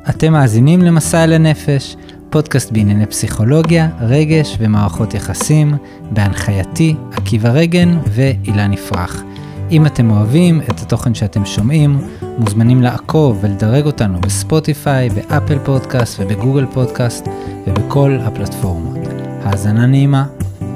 אתם מאזינים למסע אל הנפש, פודקאסט בענייני פסיכולוגיה, רגש ומערכות יחסים, בהנחייתי, עקיבא רגן ואילן יפרח. אם אתם אוהבים את התוכן שאתם שומעים, מוזמנים לעקוב ולדרג אותנו בספוטיפיי, באפל פודקאסט ובגוגל פודקאסט ובכל הפלטפורמות. האזנה נעימה.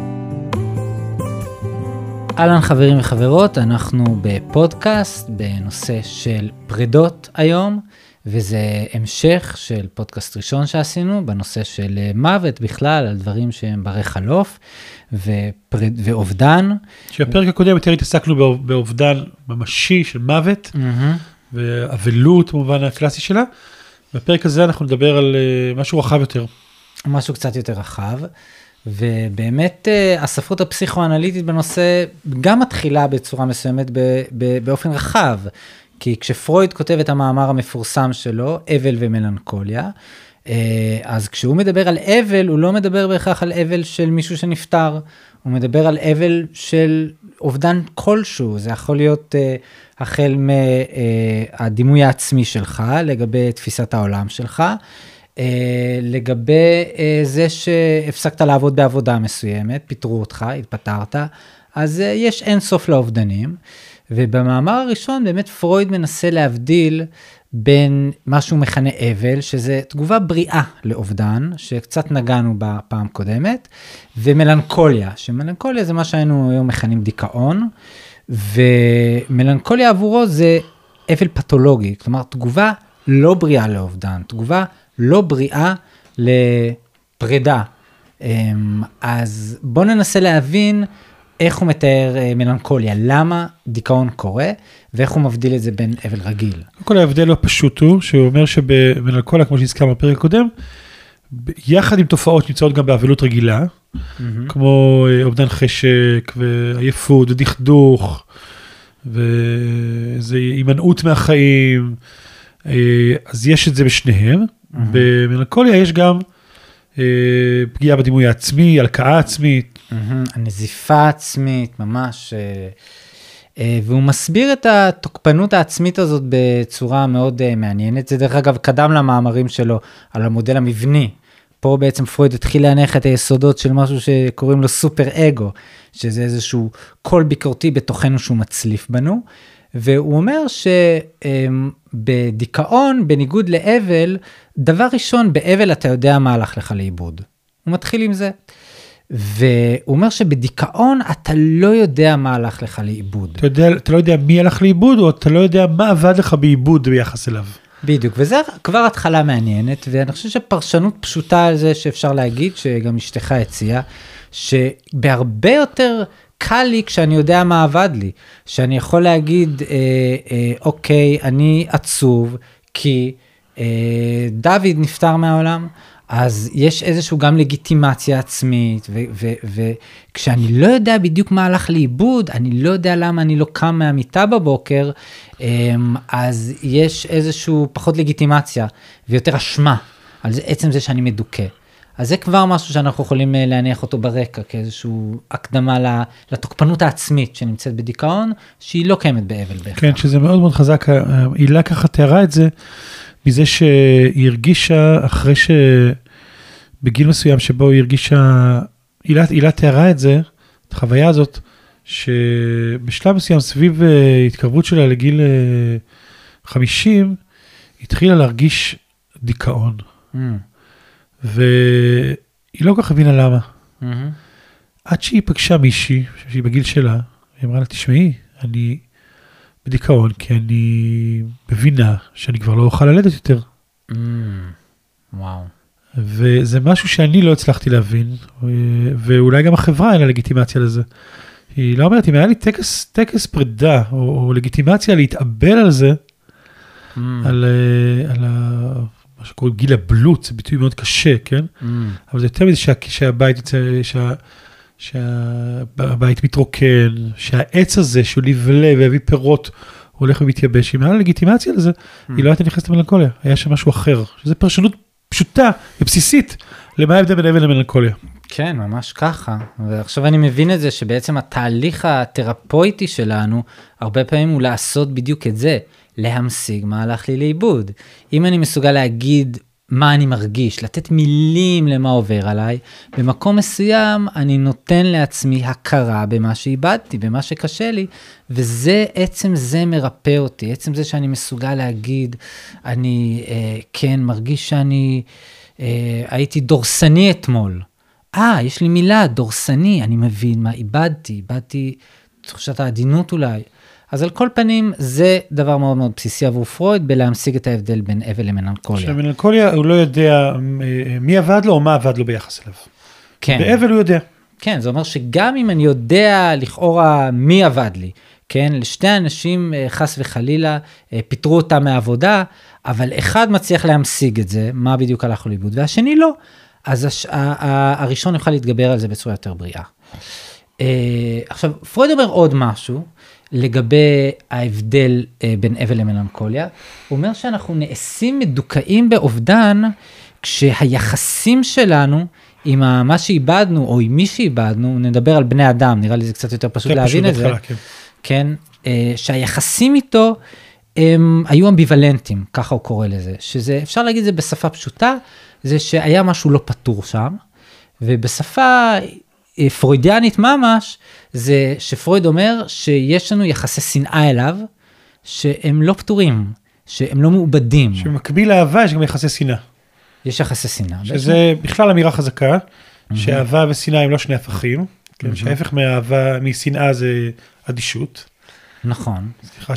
אהלן חברים וחברות, אנחנו בפודקאסט בנושא של פרידות היום, וזה המשך של פודקאסט ראשון שעשינו בנושא של מוות בכלל, על דברים שהם ברי חלוף ואובדן. שהפרק הקודם יותר התעסקנו באובדן ממשי של מוות, ואבלות במובן הקלאסי שלה. בפרק הזה אנחנו נדבר על משהו רחב יותר. משהו קצת יותר רחב, ובאמת הספרות הפסיכואנליטית בנושא גם מתחילה בצורה מסוימת באופן רחב, כי כשפרויד כותב את המאמר המפורסם שלו, אבל ומלנכוליה, אז כשהוא מדבר על אבל, הוא לא מדבר בהכרח על אבל של מישהו שנפטר, הוא מדבר על אבל של אובדן כלשהו, זה יכול להיות החל מהדימוי העצמי שלך, לגבי תפיסת העולם שלך, לגבי זה שהפסקת לעבוד בעבודה מסוימת, פיטרו אותך, התפטרת, אז יש אין סוף לאובדנים, ובמאמר הראשון באמת פרויד מנסה להבדיל בין מה שהוא מכנה אבל, שזה תגובה בריאה לאובדן, שקצת נגענו בפעם קודמת, ומלנכוליה, שמלנכוליה זה מה שהיינו היום מכנים דיכאון, ומלנכוליה עבורו זה אבל פתולוגי, כלומר תגובה לא בריאה לאובדן, תגובה לא בריאה לפרידה. אז בואו ננסה להבין איך הוא מתאר מלנכוליה, למה דיכאון קורה, ואיך הוא מבדיל את זה בין אבל רגיל. כל ההבדל לא פשוט הוא, שהוא אומר שבמלנכוליה, כמו שהזכרנו בפרק הקודם, יחד עם תופעות שנמצאות גם באבלות רגילה, כמו אובדן חשק, ועייפות, ודכדוך, וזה הימנעות מהחיים, אז יש את זה בשניהם. במלנכוליה יש גם פגיעה בדימוי העצמי, הלקאה עצמית. הנזיפה עצמית, ממש. והוא מסביר את התוקפנות העצמית הזאת בצורה מאוד מעניינת. זה דרך אגב קדם למאמרים שלו על המודל המבני. פה בעצם פרויד התחיל להניח את היסודות של משהו שקוראים לו סופר אגו, שזה איזשהו קול ביקורתי בתוכנו שהוא מצליף בנו. והוא אומר שבדיכאון, בניגוד לאבל, דבר ראשון, באבל אתה יודע מה הלך לך לאיבוד. הוא מתחיל עם זה. והוא אומר שבדיכאון אתה לא יודע מה הלך לך לאיבוד. אתה לא יודע מי הלך לאיבוד, או אתה לא יודע מה עבד לך באיבוד ביחס אליו. בדיוק, וזה כבר התחלה מעניינת, ואני חושב שפרשנות פשוטה על זה שאפשר להגיד, שגם אשתך הציעה, שבהרבה יותר קל לי כשאני יודע מה עבד לי, שאני יכול להגיד, אוקיי, אני עצוב, כי דוד נפטר מהעולם, אז יש איזשהו גם לגיטימציה עצמית, וכשאני לא יודע בדיוק מה הלך לאיבוד, אני לא יודע למה אני לא קם מהמיטה בבוקר, אז יש איזשהו פחות לגיטימציה, ויותר אשמה, על עצם זה שאני מדוכא. אז זה כבר משהו שאנחנו יכולים להניח אותו ברקע, כאיזשהו הקדמה לתוקפנות העצמית שנמצאת בדיכאון, שהיא לא קיימת באבל בהכרח. כן, שזה מאוד מאוד חזק, הילה ככה תיארה את זה, מזה שהיא הרגישה אחרי שבגיל מסוים שבו היא הרגישה, הילה תיארה את זה, את החוויה הזאת, שבשלב מסוים סביב התקרבות שלה לגיל 50, התחילה להרגיש דיכאון. והיא לא כל כך הבינה למה. עד שהיא פגשה מישהי, שהיא בגיל שלה, היא אמרה לה, תשמעי, אני בדיכאון, כי אני מבינה שאני כבר לא אוכל ללדת יותר. וואו. וזה משהו שאני לא הצלחתי להבין, ואולי גם החברה אין לה לגיטימציה לזה. היא לא אומרת, אם היה לי טקס פרידה, או לגיטימציה להתאבל על זה, על מה שקוראים גיל הבלות, זה ביטוי מאוד קשה, כן? אבל זה יותר מזה שהבית מתרוקן, שהעץ הזה שהוא לבלה והביא פירות, הוא הולך ומתייבש, אם היה לה לגיטימציה לזה, היא לא הייתה נכנסת למלנכוליה, היה שם משהו אחר, שזה פרשנות פשוטה ובסיסית, למה ההבדל בין אבל למלנכוליה. כן, ממש ככה. ועכשיו אני מבין את זה שבעצם התהליך התרפויטי שלנו, הרבה פעמים הוא לעשות בדיוק את זה, להמשיג מה הלך לי לאיבוד. אם אני מסוגל להגיד מה אני מרגיש, לתת מילים למה עובר עליי, במקום מסוים אני נותן לעצמי הכרה במה שאיבדתי, במה שקשה לי, וזה, עצם זה מרפא אותי, עצם זה שאני מסוגל להגיד, אני כן מרגיש שאני הייתי דורסני אתמול. יש לי מילה, דורסני, אני מבין מה איבדתי תחושת העדינות אולי. אז על כל פנים, זה דבר מאוד מאוד בסיסי עבור פרויד, בלהמשיג את ההבדל בין אבל למלנכוליה. שמלנכוליה הוא לא יודע מי עבד לו או מה עבד לו ביחס אליו. כן. באבל הוא יודע. כן, זה אומר שגם אם אני יודע לכאורה מי עבד לי, כן, לשתי אנשים חס וחלילה פיתרו אותם מהעבודה, אבל אחד מצליח להמשיג את זה, מה בדיוק הלך לו לאיבוד, והשני לא. אז הראשון יוכל להתגבר על זה בצורה יותר בריאה. עכשיו, פרויד אומר עוד משהו, לגבי ההבדל בין אבל למלנכוליה, הוא אומר שאנחנו נעשים מדוכאים באובדן, כשהיחסים שלנו עם מה שאיבדנו, או עם מי שאיבדנו, נדבר על בני אדם, נראה לי זה קצת יותר פשוט להבין את זה, כן, שהיחסים איתו הם היו אמביוולנטיים, ככה הוא קורא לזה, שזה, אפשר להגיד זה בשפה פשוטה, זה שהיה משהו לא פתור שם, ובשפה פרוידיאנית ממש, זה שפרויד אומר שיש לנו יחסי שנאה אליו, שהם לא פתורים, שהם לא מעובדים. שבמקביל לאהבה יש גם יחסי שנאה. יש יחסי שנאה. שזה בכלל אמירה חזקה, שאהבה ושנאה הם לא שני הפכים, שההפך משנאה זה אדישות. נכון.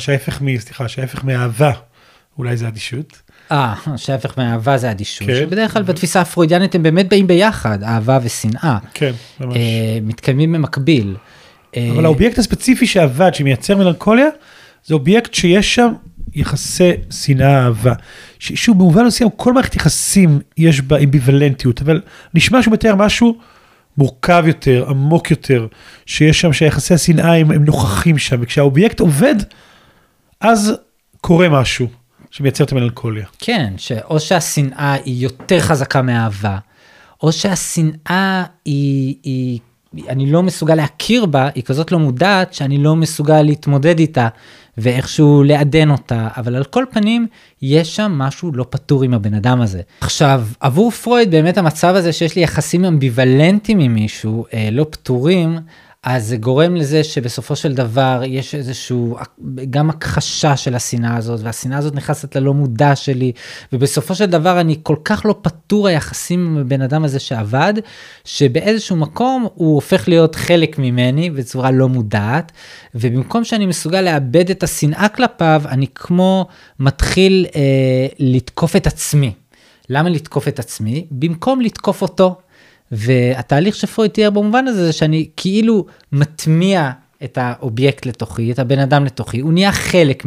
שההפך מאהבה אולי זה אדישות. שההפך מאהבה זה אדישות. שבדרך כלל בתפיסה הפרוידיאנית הם באמת באים ביחד, אהבה ושנאה. כן, ממש. מתקיימים במקביל. אבל האובייקט הספציפי שעבד, שמייצר מלנכוליה, זה אובייקט שיש שם יחסי שנאה אהבה. שוב, במובן מסוים, כל מערכת יחסים יש בה אמביוולנטיות, אבל נשמע שהוא מתאר משהו מורכב יותר, עמוק יותר, שיש שם שהיחסי השנאה הם נוכחים שם, וכשהאובייקט עובד, אז קורה משהו שמייצר את המלנכוליה. כן, או שהשנאה היא יותר חזקה מהאהבה, או שהשנאה היא אני לא מסוגל להכיר בה, היא כזאת לא מודעת, שאני לא מסוגל להתמודד איתה, ואיכשהו לעדן אותה, אבל על כל פנים, יש שם משהו לא פתור עם הבן אדם הזה. עכשיו, עבור פרויד, באמת המצב הזה שיש לי יחסים אמביוולנטיים עם מישהו, לא פתורים, אז זה גורם לזה שבסופו של דבר יש איזשהו, גם הכחשה של השנאה הזאת, והשנאה הזאת נכנסת ללא מודע שלי, ובסופו של דבר אני כל כך לא פתור היחסים עם הבן אדם הזה שעבד, שבאיזשהו מקום הוא הופך להיות חלק ממני, בצורה לא מודעת, ובמקום שאני מסוגל לאבד את השנאה כלפיו, אני כמו מתחיל לתקוף את עצמי. למה לתקוף את עצמי? במקום לתקוף אותו. והתהליך שפרויד תיאר במובן הזה, זה שאני כאילו מטמיע את האובייקט לתוכי, את הבן אדם לתוכי, הוא נהיה חלק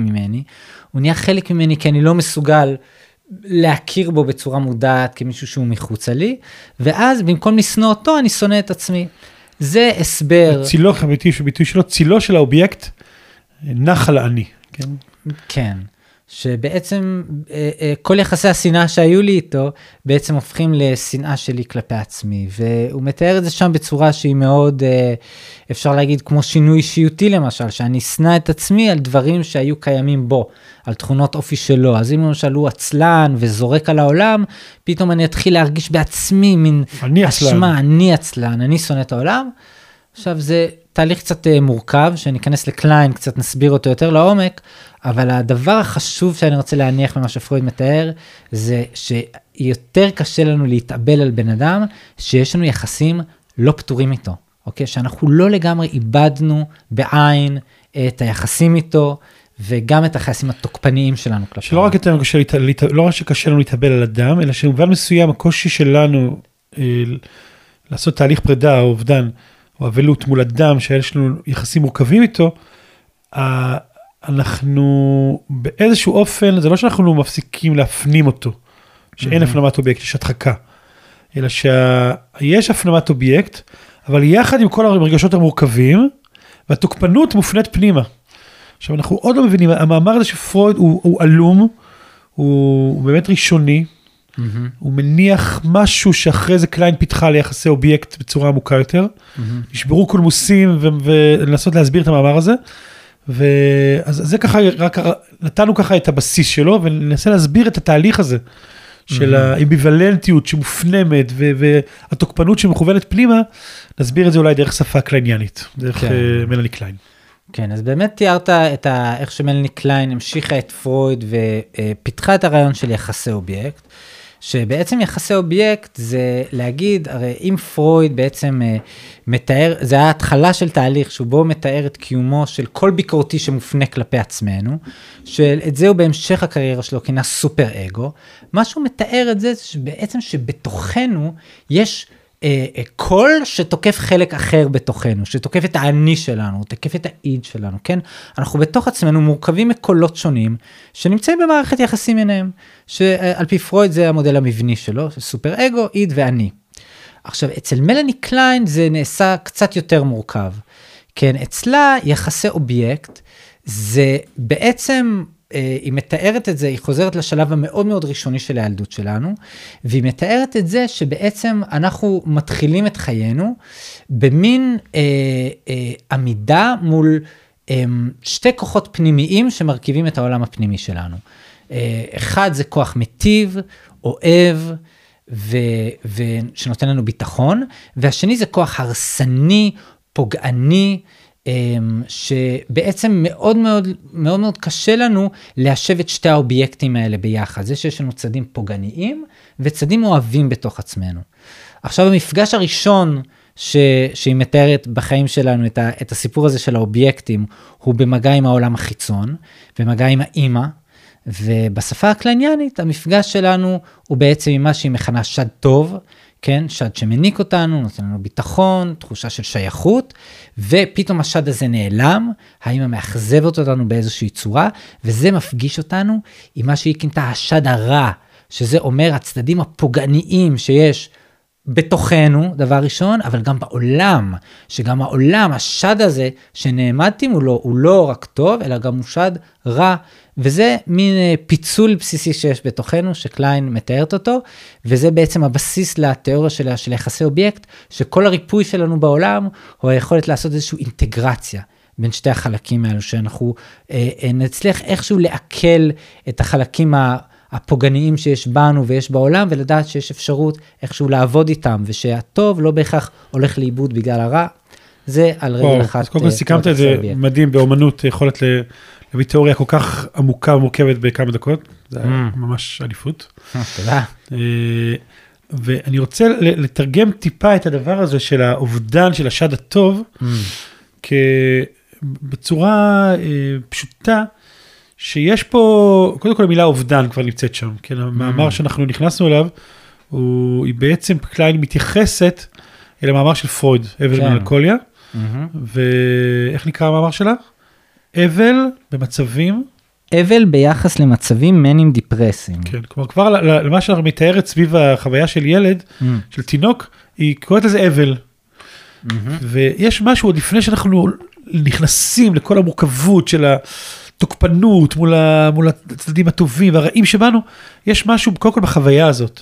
ממני, כי אני לא מסוגל להכיר בו בצורה מודעת, כמישהו שהוא מחוצה לי, ואז במקום לשנוא אותו, אני שונא את עצמי. זה הסבר. צילו, ביטוי שלו, צילו של האובייקט, נחל אני. כן. כן. שבעצם כל יחסי השנאה שהיו לי איתו, בעצם הופכים לשנאה שלי כלפי עצמי, והוא מתאר את זה שם בצורה שהיא מאוד, אפשר להגיד כמו שינוי אישיותי למשל, שאני אשנא את עצמי על דברים שהיו קיימים בו, על תכונות אופי שלו, אז אם למשל הוא עצלן וזורק על העולם, פתאום אני אתחיל להרגיש בעצמי מין אשמה, אני עצלן, אני שונא את העולם. עכשיו זה תהליך קצת מורכב, שניכנס לקליין, קצת נסביר אותו יותר לעומק, אבל הדבר החשוב שאני רוצה להניח ממה שפרויד מתאר, זה שיותר קשה לנו להתאבל על בן אדם, שיש לנו יחסים לא פתורים איתו, אוקיי? שאנחנו לא לגמרי איבדנו בעין את היחסים איתו, וגם את היחסים התוקפניים שלנו כלפי. שלא רק שקשה לנו להתאבל על אדם, אלא שבמובן מסוים הקושי שלנו לעשות תהליך פרידה או אובדן, או אבלות מול אדם שיש לנו יחסים מורכבים איתו, אנחנו באיזשהו אופן, זה לא שאנחנו מפסיקים להפנים אותו, שאין הפנמת אובייקט, יש הדחקה, אלא שיש הפנמת אובייקט, אבל יחד עם כל הרגשות המורכבים, והתוקפנות מופנית פנימה. עכשיו אנחנו עוד לא מבינים, המאמר הזה שפרויד הוא עלום, הוא באמת ראשוני, הוא מניח משהו שאחרי זה קליין פיתחה ליחסי אובייקט בצורה עמוקה יותר, נשברו קולמוסים ולנסות להסביר את המאמר הזה, אז זה ככה, רק נתנו ככה את הבסיס שלו, וננסה להסביר את התהליך הזה, של האמביוולנטיות שמופנמת, והתוקפנות שמכוונת פנימה, נסביר את זה אולי דרך שפה קלייניאנית, דרך מלאני קליין. כן, אז באמת תיארת איך שמלאני קליין המשיכה את פרויד, ופיתחה את הרעיון של יחסי אובייקט, שבעצם יחסי אובייקט זה להגיד, הרי אם פרויד בעצם מתאר, זה היה התחלה של תהליך שבו מתאר את קיומו של כל ביקורתי שמופנה כלפי עצמנו, שאת זה הוא בהמשך הקריירה שלו כינה סופר אגו, מה שהוא מתאר את זה בעצם שבתוכנו יש קול שתוקף חלק אחר בתוכנו, שתוקף את האני שלנו, תוקף את האיד שלנו, כן? אנחנו בתוך עצמנו מורכבים מקולות שונים, שנמצאים במערכת יחסים ביניהם, שעל פי פרויד זה המודל המבני שלו, סופר אגו, איד ואני. עכשיו, אצל מלאני קליין זה נעשה קצת יותר מורכב, כן? אצלה יחסי אובייקט, זה בעצם היא מתארת את זה, היא חוזרת לשלב המאוד מאוד ראשוני של הילדות שלנו, והיא מתארת את זה שבעצם אנחנו מתחילים את חיינו, במין עמידה מול שתי כוחות פנימיים שמרכיבים את העולם הפנימי שלנו. אחד זה כוח מטיב, אוהב, ושנותן לנו ביטחון, והשני זה כוח הרסני, פוגעני, שבעצם מאוד מאוד מאוד מאוד קשה לנו להשב את שתי האובייקטים האלה ביחד, זה שיש לנו צדים פוגעניים וצדים אוהבים בתוך עצמנו. עכשיו המפגש הראשון שהיא מתארת בחיים שלנו את הסיפור הזה של האובייקטים, הוא במגע עם העולם החיצון, במגע עם האמא, ובשפה הקלייניאנית המפגש שלנו הוא בעצם עם מה שהיא מכנה שד טוב, כן, שד שמניק אותנו, נותן לנו ביטחון, תחושה של שייכות, ופתאום השד הזה נעלם, האמא מאכזבת אותנו באיזושהי צורה, וזה מפגיש אותנו עם מה שהיא כינתה השד הרע, שזה אומר הצדדים הפוגעניים שיש בתוכנו, דבר ראשון, אבל גם בעולם, שגם העולם, השד הזה שנעמדתי מולו, הוא לא רק טוב, אלא גם הוא שד רע, וזה מין פיצול בסיסי שיש בתוכנו, שקליין מתארת אותו, וזה בעצם הבסיס לתיאוריה של יחסי אובייקט, שכל הריפוי שלנו בעולם, הוא היכולת לעשות איזושהי אינטגרציה, בין שתי החלקים האלו, שאנחנו נצליח איכשהו לעכל את החלקים הפוגעניים שיש בנו ויש בעולם, ולדעת שיש אפשרות איכשהו לעבוד איתם, ושהטוב לא בהכרח הולך לאיבוד בגלל הרע, זה על רגל אחת. אז קודם כל סיכמת את זה מדהים, באומנות יכולת להביא תיאוריה כל כך עמוקה ומורכבת בכמה דקות, זה היה ממש עדיפות. תודה. ואני רוצה לתרגם טיפה את הדבר הזה של האובדן של השד הטוב, בצורה פשוטה, שיש פה, קודם כל המילה אובדן כבר נמצאת שם, כן, המאמר שאנחנו נכנסנו אליו, היא בעצם קליין מתייחסת אל המאמר של פרויד, אבל מלנכוליה, ואיך נקרא המאמר שלה? אבל במצבים, אבל ביחס למצבים מנים דיפרסיים. כן, כלומר כבר למה שאנחנו מתארת סביב החוויה של ילד, של תינוק, היא קוראת לזה אבל. ויש משהו עוד לפני שאנחנו נכנסים לכל המורכבות של התוקפנות מול הצדדים הטובים והרעים שבנו, יש משהו קודם כל בחוויה הזאת,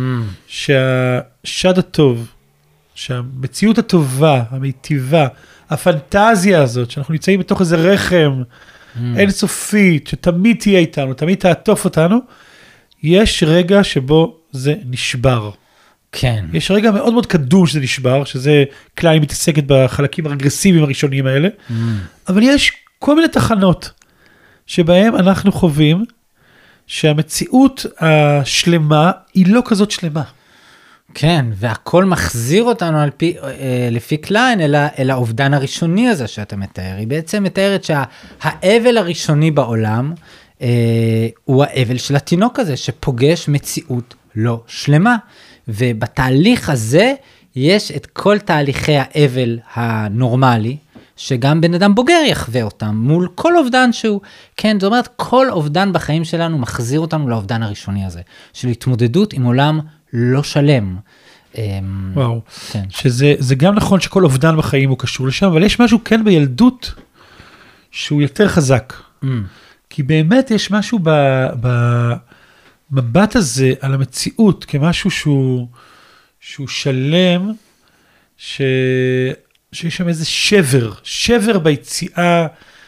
שהשד הטוב, שהמציאות הטובה, המיטיבה, הפנטזיה הזאת, שאנחנו נמצאים בתוך איזה רחם אינסופית, שתמיד תהיה איתנו, תמיד תעטוף אותנו, יש רגע שבו זה נשבר. כן. יש רגע מאוד מאוד קדום שזה נשבר, שזה קליין מתעסקת בחלקים הרגרסיביים הראשוניים האלה, אבל יש כל מיני תחנות שבהם אנחנו חווים שהמציאות השלמה היא לא כזאת שלמה. כן, והכל מחזיר אותנו לפי קליין אל האובדן הראשוני הזה שאתה מתאר. היא בעצם מתארת שהאבל הראשוני בעולם הוא האבל של התינוק הזה שפוגש מציאות לא שלמה. ובתהליך הזה יש את כל תהליכי האבל הנורמלי, שגם בן אדם בוגר יחווה אותם מול כל אובדן שהוא. כן, זאת אומרת, כל אובדן בחיים שלנו מחזיר אותנו לאובדן הראשוני הזה, של התמודדות עם עולם לא שלם. וואו, כן. שזה גם נכון שכל אובדן בחיים הוא קשור לשם, אבל יש משהו כן בילדות שהוא יותר חזק. כי באמת יש משהו המבט הזה על המציאות כמשהו שהוא שלם, שיש שם איזה שבר ביציאה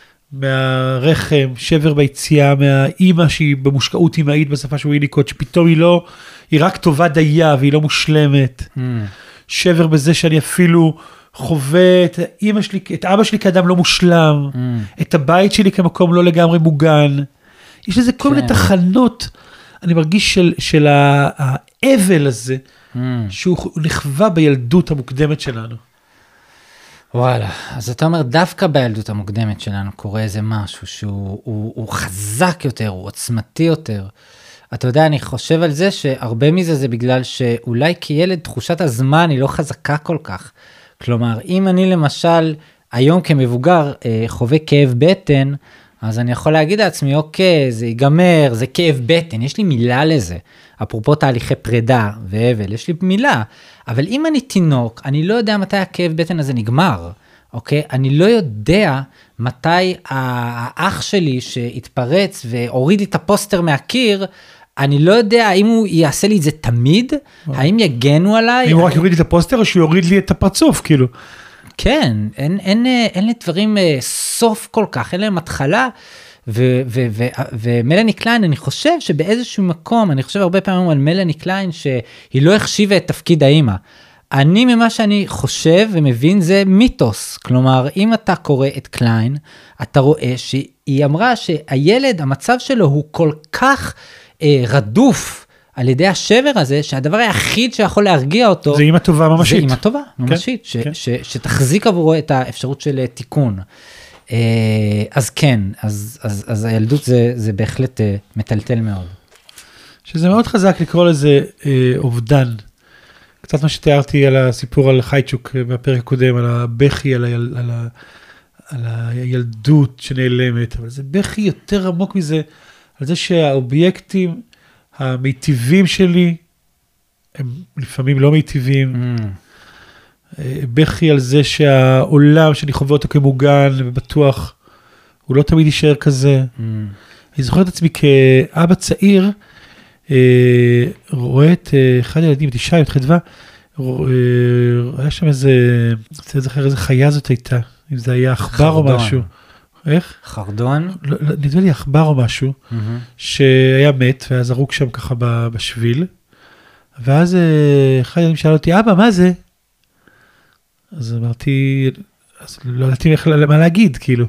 מהרחם, שבר ביציאה מהאימא שהיא במושקעות אימהית בשפה של ויניקוט, שפתאום היא רק טובה דייה והיא לא מושלמת. שבר בזה שאני אפילו חווה את אבא שלי כאדם לא מושלם, את הבית שלי כמקום לא לגמרי מוגן. יש לזה כל מיני תחנות, אני מרגיש של האבל הזה, שהוא נחווה בילדות המוקדמת שלנו. וואלה, אז אתה אומר, דווקא בילדות המוקדמת שלנו קורה איזה משהו שהוא חזק יותר, הוא עוצמתי יותר. אתה יודע, אני חושב על זה שהרבה מזה זה בגלל שאולי כילד תחושת הזמן היא לא חזקה כל כך. כלומר, אם אני למשל היום כמבוגר חווה כאב בטן, אז אני יכול להגיד לעצמי, אוקיי, זה ייגמר, זה כאב בטן, יש לי מילה לזה. אפרופו תהליכי פרידה ואבל, יש לי מילה. אבל אם אני תינוק, אני לא יודע מתי הכאב בטן הזה נגמר, אוקיי? אני לא יודע מתי האח שלי שהתפרץ והוריד לי את הפוסטר מהקיר, אני לא יודע האם הוא יעשה לי את זה תמיד, האם יגנו עליי. אם הוא רק יוריד לי את הפוסטר או שהוא יוריד לי את הפרצוף, כאילו. כן, אין לדברים סוף כל כך, אין להם התחלה, ומלאני קליין, אני חושב שבאיזשהו מקום, אני חושב הרבה פעמים על מלאני קליין, שהיא לא החשיבה את תפקיד האמא. אני ממה שאני חושב ומבין זה מיתוס, כלומר, אם אתה קורא את קליין, אתה רואה שהיא אמרה שהילד, המצב שלו הוא כל כך רדוף, על ידי השבר הזה, שהדבר היחיד שיכול להרגיע אותו, זה אימא טובה ממשית. זה אימא טובה ממשית, שתחזיק עבורו את האפשרות של תיקון. אז כן, אז הילדות זה בהחלט מטלטל מאוד. שזה מאוד חזק לקרוא לזה אובדן. קצת מה שתיארתי על הסיפור על חייצ'וק בפרק הקודם, על הבכי, על הילדות שנעלמת, אבל זה בכי יותר עמוק מזה, על זה שהאובייקטים המיטיבים שלי, הם לפעמים לא מיטיבים, בכי על זה שהעולם שאני חווה אותו כמוגן ובטוח, הוא לא תמיד יישאר כזה. אני זוכר את עצמי כאבא צעיר, רואה את אחד הילדים, את אישה, את חדווה, היה שם איזה חיה זאת הייתה, אם זה היה עכבר או משהו. איך? חרדון? נדמה לי עכבר או משהו, שהיה מת, והיה זרוק שם ככה בשביל, ואז אחד הילדים שאל אותי, אבא, מה זה? אז אמרתי, אז לא ידעתי מה להגיד, כאילו.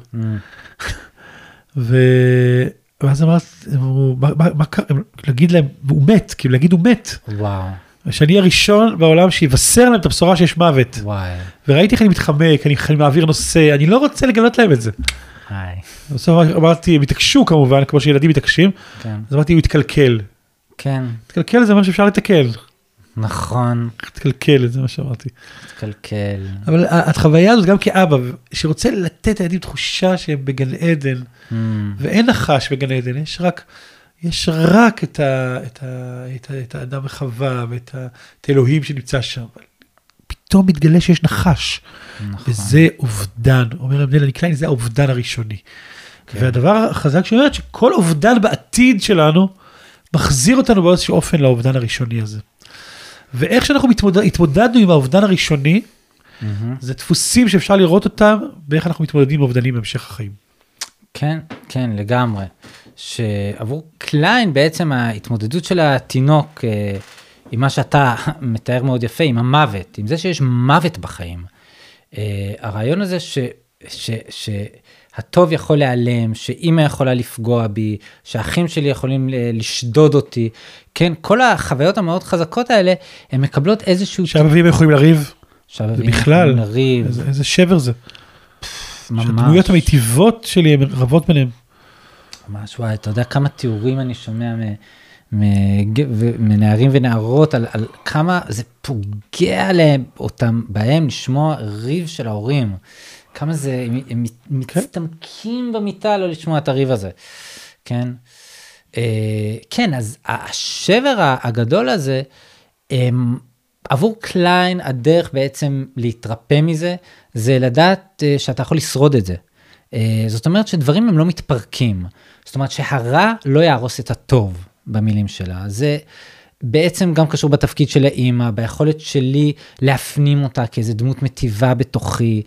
ואז אמרו, להגיד להם, הוא מת, כאילו להגיד הוא מת. וואו. שאני הראשון בעולם שיבשר להם את הבשורה שיש מוות. וואי. וראיתי איך אני מתחמק, אני מעביר נושא, אני לא רוצה לגלות להם את זה. בסוף אמרתי, הם התעקשו כמובן, כמו שילדים מתעקשים, אז אמרתי, הוא התקלקל. כן. התקלקל זה מה שאפשר לתקל. נכון. התקלקל, זה מה שאמרתי. התקלקל. אבל החוויה הזאת גם כאבא, שרוצה לתת לילדים תחושה שהם בגן עדן, ואין נחש בגן עדן, יש רק את האדם וחווה, ואת האלוהים שנמצא שם. פתאום מתגלה שיש נחש, וזה אובדן. אומר מלאני קליין, זה האובדן הראשוני. והדבר החזק שאומרת, שכל אובדן בעתיד שלנו, מחזיר אותנו באיזשהו אופן לאובדן הראשוני הזה. ואיך שאנחנו התמודדנו עם האובדן הראשוני, זה דפוסים שאפשר לראות אותם, ואיך אנחנו מתמודדים עם אובדנים בהמשך החיים. כן, כן, לגמרי. שעבור קליין בעצם ההתמודדות של התינוק, עם מה שאתה מתאר מאוד יפה, עם המוות, עם זה שיש מוות בחיים. הרעיון הזה שהטוב יכול להיעלם, שאמא יכולה לפגוע בי, שהאחים שלי יכולים לשדוד אותי, כן, כל החוויות המאוד חזקות האלה, הן מקבלות איזשהו... שהאבים יכולים לריב. שהאבים יכולים לריב. איזה שבר זה. ממש. שהדמויות המיטיבות שלי הן רבות ביניהם. ממש, וואי, אתה יודע כמה תיאורים אני שומע מנערים ונערות, על כמה זה פוגע להם אותם בהם, לשמוע ריב של ההורים. כמה זה, הם מצטמקים במיטה לא לשמוע את הריב הזה. כן? כן, אז השבר הגדול הזה, עבור קליין, הדרך בעצם להתרפא מזה, זה לדעת שאתה יכול לשרוד את זה. זאת אומרת שדברים הם לא מתפרקים. זאת אומרת שהרע לא יהרוס את הטוב. במילים שלה. זה בעצם גם קשור בתפקיד של האמא, ביכולת שלי להפנים אותה כאיזו דמות מטיבה בתוכי,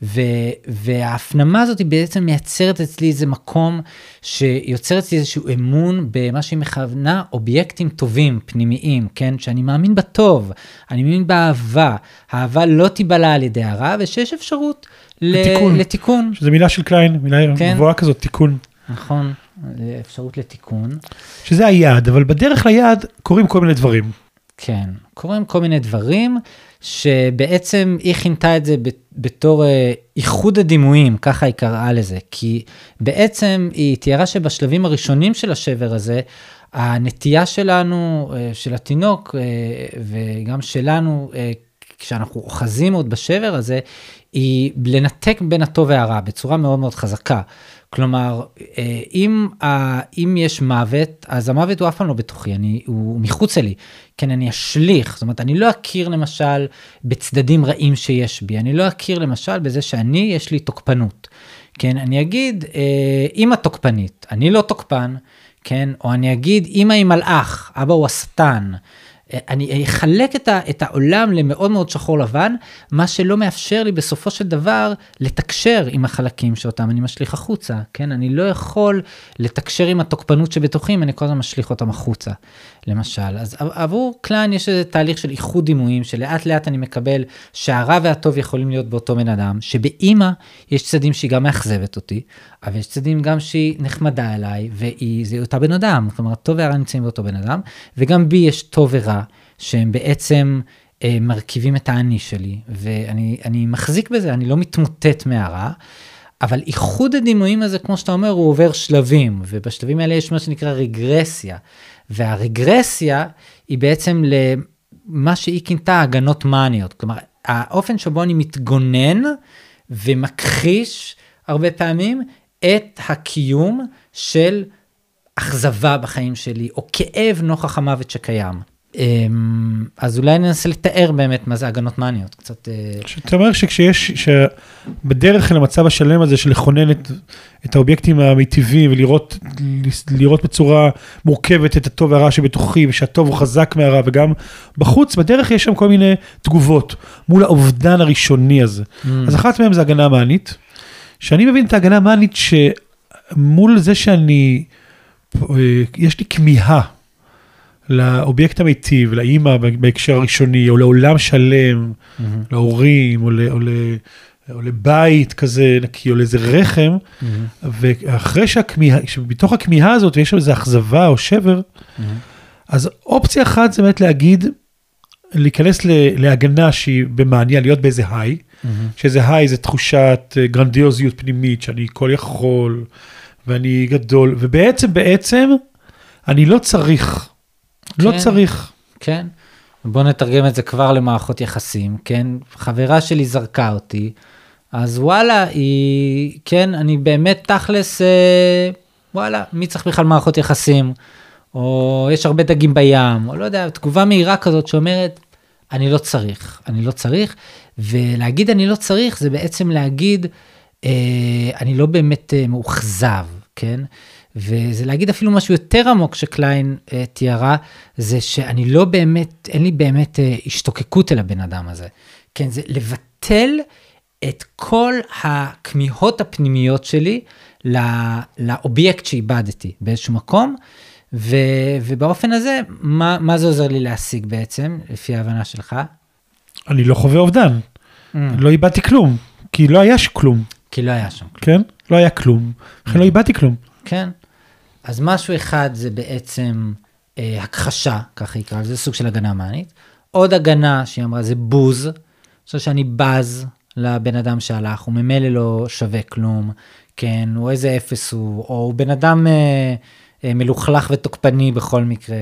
וההפנמה הזאת היא בעצם מייצרת אצלי איזה מקום, שיוצר אצלי איזשהו אמון במה שהיא מכוונה אובייקטים טובים, פנימיים, כן? שאני מאמין בטוב, אני מאמין באהבה, האהבה לא תיבלה על ידי הרע, ושיש אפשרות לתיקון. שזה מילה של קליין, מילה גבוהה כזאת, תיקון. נכון, אפשרות לתיקון. שזה היעד, אבל בדרך ליעד קורים כל מיני דברים. כן, קורים כל מיני דברים, שבעצם היא כינתה את זה בתור איחוד הדימויים, ככה היא קראה לזה, כי בעצם היא תיארה שבשלבים הראשונים של השבר הזה, הנטייה שלנו, של התינוק, וגם שלנו, כשאנחנו אוחזים עוד בשבר הזה, היא לנתק בין הטוב והרע, בצורה מאוד מאוד חזקה. כלומר, אם יש מוות, אז המוות הוא אף פעם לא בתוכי, הוא מחוץ לי, כן, אני אשליך, זאת אומרת, אני לא אכיר למשל בצדדים רעים שיש בי, אני לא אכיר למשל בזה יש לי תוקפנות, כן, אני אגיד, אמא תוקפנית, אני לא תוקפן, כן, או אני אגיד, אמא היא מלאך, אבא הוא השטן, אני אחלק את העולם למאוד מאוד שחור לבן, מה שלא מאפשר לי בסופו של דבר לתקשר עם החלקים שאותם אני משליך החוצה, כן? אני לא יכול לתקשר עם התוקפנות שבתוכי, אני כל הזמן משליך אותם החוצה, למשל. אז עבור קליין יש איזה תהליך של איחוד דימויים, שלאט לאט אני מקבל שהרע והטוב יכולים להיות באותו בן אדם, שבאמא יש צדדים שהיא גם מאכזבת אותי, אבל יש צדדים גם שהיא נחמדה אליי, וזה אותה בן אדם, זאת אומרת, טוב והרע נמצאים באותו בן אדם, וגם בי יש טוב ורע, שהם בעצם מרכיבים את האני שלי, ואני מחזיק בזה, אני לא מתמוטט מהרע, אבל איחוד הדימויים הזה, כמו שאתה אומר, הוא עובר שלבים, ובשלבים האלה יש מה שנקרא רגרסיה, והרגרסיה היא בעצם למה שהיא כינתה הגנות מאניות, כלומר, האופן שבו אני מתגונן ומכחיש הרבה פעמים את הקיום של אכזבה בחיים שלי, או כאב נוכח המוות שקיים. אז אולי ננסה לתאר באמת מה זה הגנות מאניות, קצת... שאתה אומר שבדרך למצב השלם הזה של לכונן את האובייקטים המיטיביים, ולראות בצורה מורכבת את הטוב והרע שבתוכי, ושהטוב הוא חזק מהרע, וגם בחוץ, בדרך יש שם כל מיני תגובות, מול האובדן הראשוני הזה. אז אחת מהם זה הגנה מאנית, שאני מבין את ההגנה המאנית שמול זה יש לי כמיהה לאובייקט המיטיב, לאמא בהקשר הראשוני, או לעולם שלם, להורים, או לבית כזה נקי, או לאיזה רחם, ואחרי שבתוך הכמיהה הזאת יש איזו אכזבה או שבר, אז אופציה אחת זה באמת להיכנס להגנה שהיא במעניה, להיות באיזה היי, שאיזה היי זה תחושת גרנדיוזיות פנימית, שאני כל יכול, ואני גדול, ובעצם אני לא צריך, לא צריך. כן, בוא נתרגם את זה כבר למערכות יחסים, כן, חברה שלי זרקה אותי, אז וואלה, כן, אני באמת תכלס, וואלה, מי צריך בכלל מערכות יחסים, או יש הרבה דגים בים, או לא יודע, תגובה מהירה כזאת שאומרת, אני לא צריך, ולהגיד אני לא צריך, זה בעצם להגיד, אני לא באמת מאוכזב, כן? וזה להגיד אפילו משהו יותר עמוק שקליין תיארה, זה שאני לא באמת, אין לי באמת השתוקקות אל הבן אדם הזה. כן, זה לבטל את כל הכמיהות הפנימיות שלי לאובייקט שאיבדתי באיזשהו מקום, ובאופן הזה, מה זה עוזר לי להשיג בעצם, לפי ההבנה שלך? אני לא חווה אובדן. לא איבדתי כלום, כי לא היה כלום. כי לא היה שם כלום. כן? לא היה כלום. לכן לא איבדתי כלום. כן. אז משהו אחד זה בעצם הכחשה, ככה יקרא, זה סוג של הגנה מאנית. עוד הגנה שהיא אמרה זה בוז, זאת שאני בז לבן אדם שהלך, הוא ממילא לא שווה כלום, כן, הוא איזה אפס הוא, או הוא בן אדם מלוכלך ותוקפני בכל מקרה.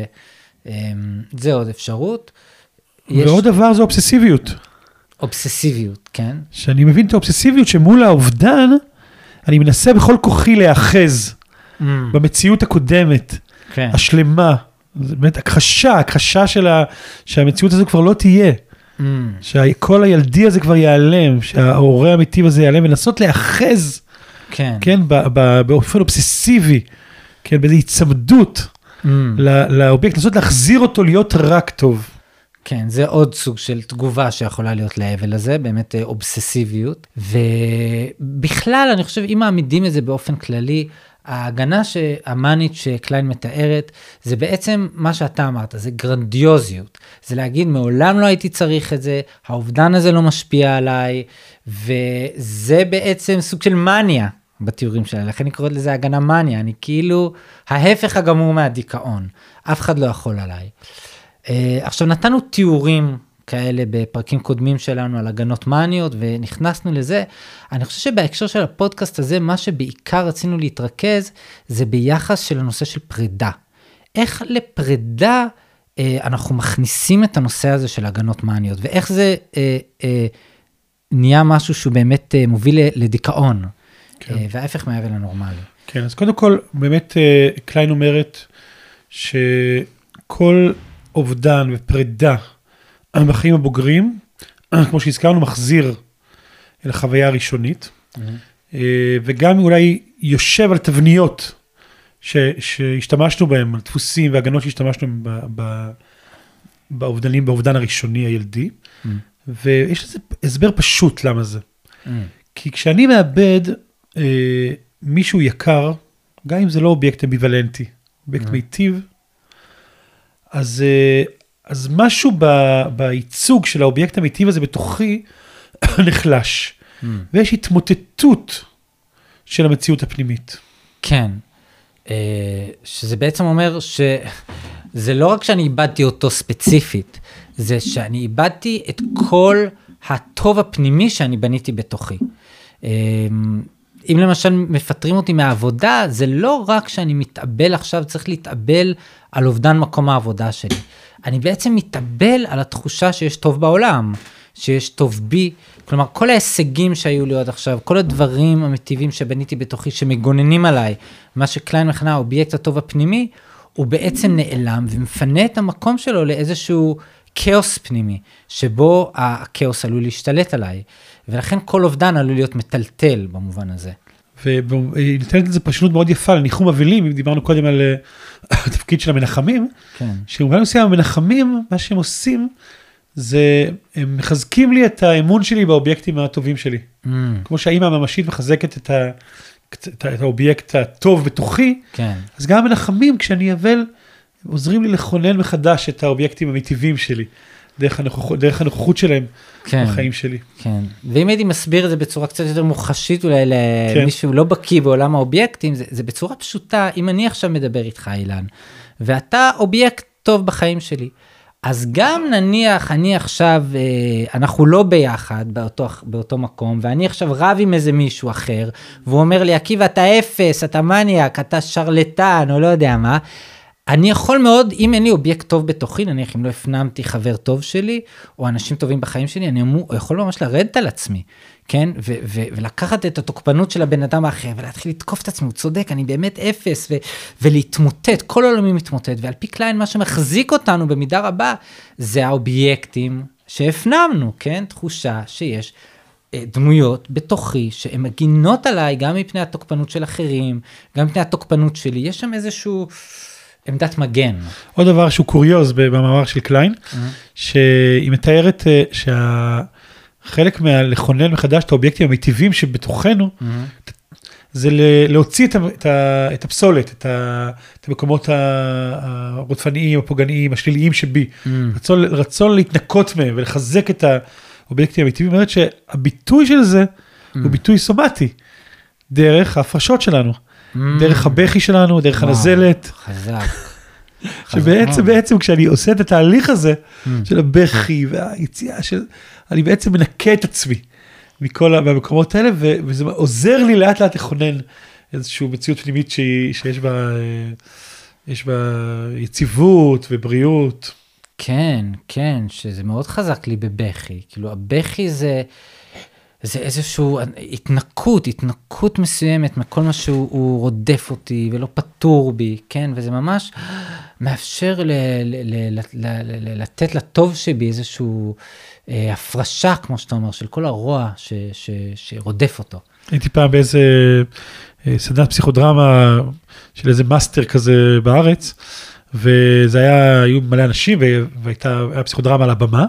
זה עוד אפשרות. ועוד דבר זה אובססיביות. אובססיביות, כן. שאני מבין את האובססיביות שמול האובדן, אני מנסה בכל כוחי להאחז במציאות הקודמת, כן. השלמה, זה באמת הכחשה שהמציאות הזו כבר לא תהיה, שכל הילדי הזה כבר ייעלם, שההורה האמיתי הזה ייעלם, ונסות להאחז, כן. כן, באופן אובססיבי, כן, באיזו הצמדות לאובייקט, לנסות להחזיר אותו להיות רק טוב. כן, זה עוד סוג של תגובה שיכולה להיות להבל הזה, באמת אובססיביות, ובכלל אני חושב, אם מעמידים את זה באופן כללי, ההגנה המאנית שקליין מתארת, זה בעצם מה שאתה אמרת, זה גרנדיוזיות, זה להגיד, מעולם לא הייתי צריך את זה, האובדן הזה לא משפיע עליי, וזה בעצם סוג של מניה בתיאורים שלה, לכן אני קוראת לזה הגנה מניה, אני כאילו ההפך הגמור מהדיכאון, אף אחד לא יכול עליי. עכשיו נתנו תיאורים כאלה בפרקים קודמים שלנו על הגנות מניות ונכנסנו לזה, אני חושב שבהקשר של הפודקאסט הזה, מה שבעיקר רצינו להתרכז, זה ביחס של הנושא של פרידה. איך לפרידה אנחנו מכניסים את הנושא הזה של הגנות מניות, ואיך זה נהיה משהו שהוא באמת מוביל לדיכאון, כן. וההפך מהאבל הנורמלי. כן, אז קודם כל, באמת קליין אומרת שכל אובדן ופרידה בחיים הבוגרים, כמו שהזכרנו, מחזיר אל החוויה הראשונית, וגם אולי יושב על תבניות שהשתמשנו בהם, על דפוסים והגנות שהשתמשנו באובדן הראשוני הילדי, ויש לזה הסבר פשוט למה זה. כי כשאני מאבד מישהו יקר, גם אם זה לא אובייקט אמביוולנטי, אובייקט מיטיב, אז משהו בייצוג של האובייקט המיטיב הזה בתוכי נחלש, ויש התמוטטות של המציאות הפנימית. כן, שזה בעצם אומר שזה לא רק שאני איבדתי אותו ספציפית, זה שאני איבדתי את כל הטוב הפנימי שאני בניתי בתוכי. אם למשל מפטרים אותי מהעבודה, זה לא רק שאני מתאבל עכשיו, צריך להתאבל על אובדן מקום העבודה שלי. אני בעצם מתאבל על התחושה שיש טוב בעולם, שיש טוב בי, כלומר כל ההישגים שהיו לי עד עכשיו, כל הדברים המטיבים שבניתי בתוכי, שמגוננים עליי, מה שקליין מכנה האובייקט הטוב הפנימי, הוא בעצם נעלם ומפנה את המקום שלו לאיזשהו כאוס פנימי, שבו הכאוס עלול להשתלט עליי, ולכן כל אובדן עלול להיות מטלטל במובן הזה. והיא נותנת את זה פשוט מאוד יפה, לניחום אבלים, אם דיברנו קודם על התפקיד של המנחמים, שבמובן מסוים המנחמים, מה שהם עושים, זה, הם מחזקים לי את האמון שלי באובייקטים הטובים שלי. כמו שהאימא הממשית מחזקת את האובייקט הטוב בתוכי, אז גם המנחמים, כשאני אבל, עוזרים לי לכונן מחדש את האובייקטים המטיבים שלי, דרך הנוכחות שלהם בחיים שלי. כן, ואם הייתי מסביר את זה בצורה קצת יותר מוחשית, אולי למישהו לא בקיא בעולם האובייקטים, זה בצורה פשוטה, אם אני עכשיו מדבר איתך, אילן, ואתה אובייקט טוב בחיים שלי, אז גם נניח, אני עכשיו, אנחנו לא ביחד באותו מקום, ואני עכשיו רב עם איזה מישהו אחר, והוא אומר לי, עקיבא, אתה אפס, אתה מניאק, אתה שרלטן, או לא יודע מה, אני יכול מאוד, אם אין לי אובייקט טוב בתוכי, נניח אם לא הפנמתי חבר טוב שלי, או אנשים טובים בחיים שלי, אני יכול ממש לרדת על עצמי, כן? ולקחת את התוקפנות של הבן אדם האחר, ולהתחיל לתקוף את עצמי, הוא צודק, אני באמת אפס, ולהתמוטט, כל העולמי מתמוטט, ועל פי קליין, מה שמחזיק אותנו במידה רבה, זה האובייקטים שהפנמנו, כן? תחושה שיש דמויות בתוכי, שהן מגינות עליי, גם מפני התוקפנות של אחרים, גם מפני התוקפנות שלי, יש שם איזשהו עמדת מגן. עוד דבר שהוא קוריוז במאמר של קליין, שהיא מתארת שהחלק מהלכונן מחדש את האובייקטים המיטיבים שבתוכנו, זה להוציא את הפסולת, את המקומות הרודפניים, הפוגעניים, השליליים שבי, רצון להתנקות מהם ולחזק את האובייקטים המיטיבים, אומרת שהביטוי של זה הוא ביטוי סומטי, דרך ההפרשות שלנו. דרך הבכי שלנו, דרך הנזלת. חזק. שבעצם כשאני עושה את התהליך הזה, של הבכי והיציאה אני בעצם מנקה את עצמי, מכל המקומות האלה, וזה עוזר לי לאט לאט לכונן איזושהי מציאות פנימית שיש בה יציבות ובריאות. כן, כן, שזה מאוד חזק לי בבכי. כאילו, הבכי זה איזשהו התנקות מסוימת מכל מה שהוא רודף אותי ולא פטור בי, כן? וזה ממש מאפשר לתת לטוב שבי איזשהו הפרשה, כמו שאתה אומר, של כל הרוע שרודף אותו. הייתי פעם באיזה סדנת פסיכודרמה של איזה מאסטר כזה בארץ, וזה היו מלא אנשים, והיה פסיכודרמה על הבמה,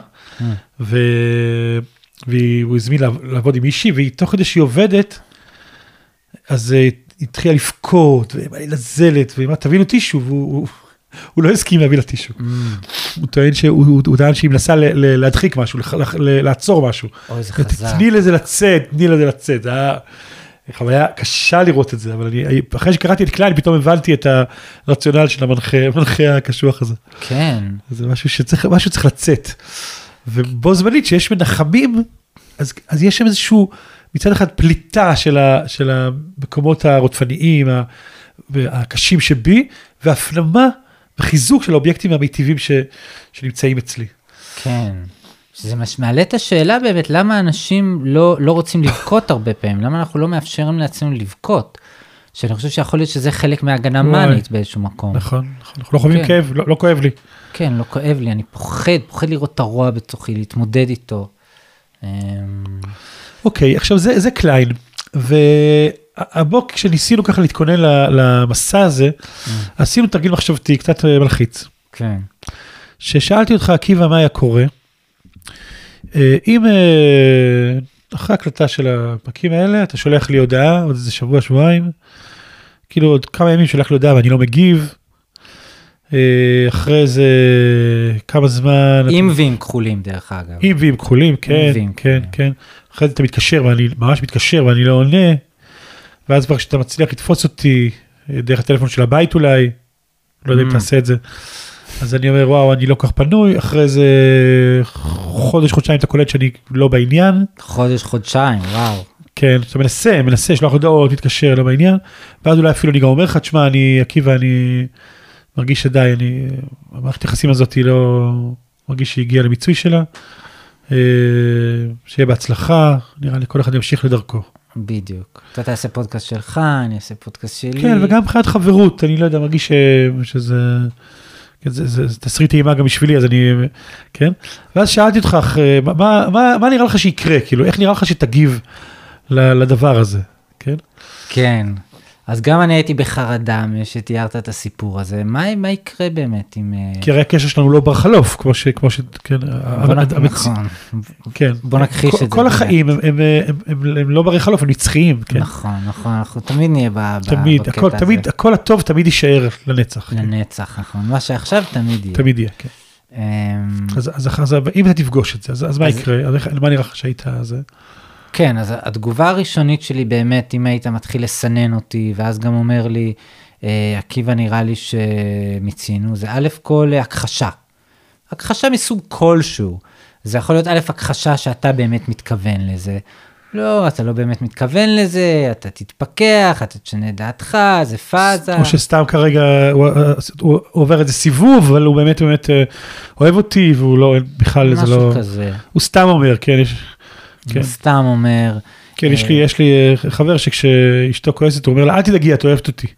והוא הזמין לעבוד עם מישהי, והיא תוך כדי שהיא עובדת, אז היא התחילה לפקוט, ולזלת, והיא אמרה, תביאו טישו, הוא לא הסכים להביא לטישו. הוא טוען שהיא מנסה להדחיק משהו, לעצור משהו. אוי, זה חזק. תני לזה לצאת, זה היה חוויה קשה לראות את זה, אבל אחרי שקראתי את קליין, פתאום הבנתי את הרציונל של המנחה הקשוח הזה. כן. זה משהו שצריך לצאת. ובו זמנית שיש מנחמים, אז יש שם איזשהו, מצד אחד פליטה של המקומות הרודפניים, הקשים שבי, והפנמה וחיזוק של האובייקטים המיטיבים שנמצאים אצלי. כן. זה מעלה את השאלה באמת, למה אנשים לא רוצים לבכות הרבה פעמים? למה אנחנו לא מאפשרים לעצמנו לבכות? שאני חושב שיכול להיות שזה חלק מהגנה מנית באיזשהו מקום. נכון. אנחנו לא חווים כאב, לא כואב לי. כן, לא כואב לי, אני פוחד לראות את הרוע בתוכי, להתמודד איתו. אוקיי, עכשיו זה קליין, והבוק כשניסינו ככה להתכונן למסע הזה, עשינו תרגיל מחשבתי קצת מלחיץ. כן. ששאלתי אותך, עקיבא, מה היה קורה? אם אחרי הקלטה של הפרקים האלה, אתה שולח לי הודעה, עוד איזה שבוע, שבועיים, כאילו עוד כמה ימים שולח לי הודעה ואני לא מגיב, אחרי זה כמה זמן... עם וים כחולים דרך אגב. עם וים כחולים, כן. אחרי זה אתה מתקשר ואני ממש מתקשר ואני לא עונה, ואז כבר כשאתה מצליח לתפוס אותי דרך הטלפון של הבית אולי, לא יודע אם תעשה את זה, אז אני אומר, וואו, אני לא כך פנוי, אחרי זה חודש, חודשיים אתה קולט שאני לא בעניין. חודש, חודשיים, וואו. כן, אתה מנסה, שלוח הודעות, מתקשר, לא בעניין, ואז אולי אפילו אני גם אומר לך, תשמע, עקיבא, אני מרגיש שדי, המערכת היחסים הזאת לא מרגיש שהיא הגיעה למיצוי שלה, שיהיה בהצלחה, נראה לי כל אחד ימשיך לדרכו. בדיוק. אתה תעשה פודקאסט שלך, אני אעשה פודקאסט שלי. כן, וגם מבחינת חברות, אני לא יודע, מרגיש שזה... זה תסריט טעימה גם בשבילי, אז אני, כן? ואז שאלתי אותך, מה נראה לך שיקרה? כאילו, איך נראה לך שתגיב לדבר הזה? כן? כן. אז גם אני הייתי בחרדה, שתיארת את הסיפור הזה. מה יקרה באמת עם... כי הרי הקשר שלנו לא בר חלוף, כמו ש... כן, נכון. כן. בוא נכחיש את זה. כל החיים הם לא ברי חלוף, הם נצחיים. נכון. אנחנו תמיד נהיה בקטע הזה. הכל הטוב תמיד יישאר לנצח. לנצח, נכון. מה שעכשיו תמיד יהיה. תמיד יהיה, כן. אז אם אתה תפגוש את זה, אז מה יקרה? מה נראה לך שהיית זה? כן, אז התגובה הראשונית שלי באמת, אם היית מתחיל לסנן אותי, ואז גם אומר לי, עקיבא נראה לי שמיצינו, זה א' כל הכחשה. הכחשה מסוג כלשהו. זה יכול להיות א' הכחשה שאתה באמת מתכוון לזה. לא, אתה לא באמת מתכוון לזה, אתה תתפקח, אתה תשנה דעתך, זה פאזה. כמו שסתם כרגע הוא עובר איזה סיבוב, אבל הוא באמת אוהב אותי, והוא לא, בכלל זה לא... משהו כזה. הוא סתם אומר, כן, הוא סתם אומר. כן, יש לי חבר שכשאשתו כועסת, הוא אומר לה, אל תדאגי, את אוהבת אותי.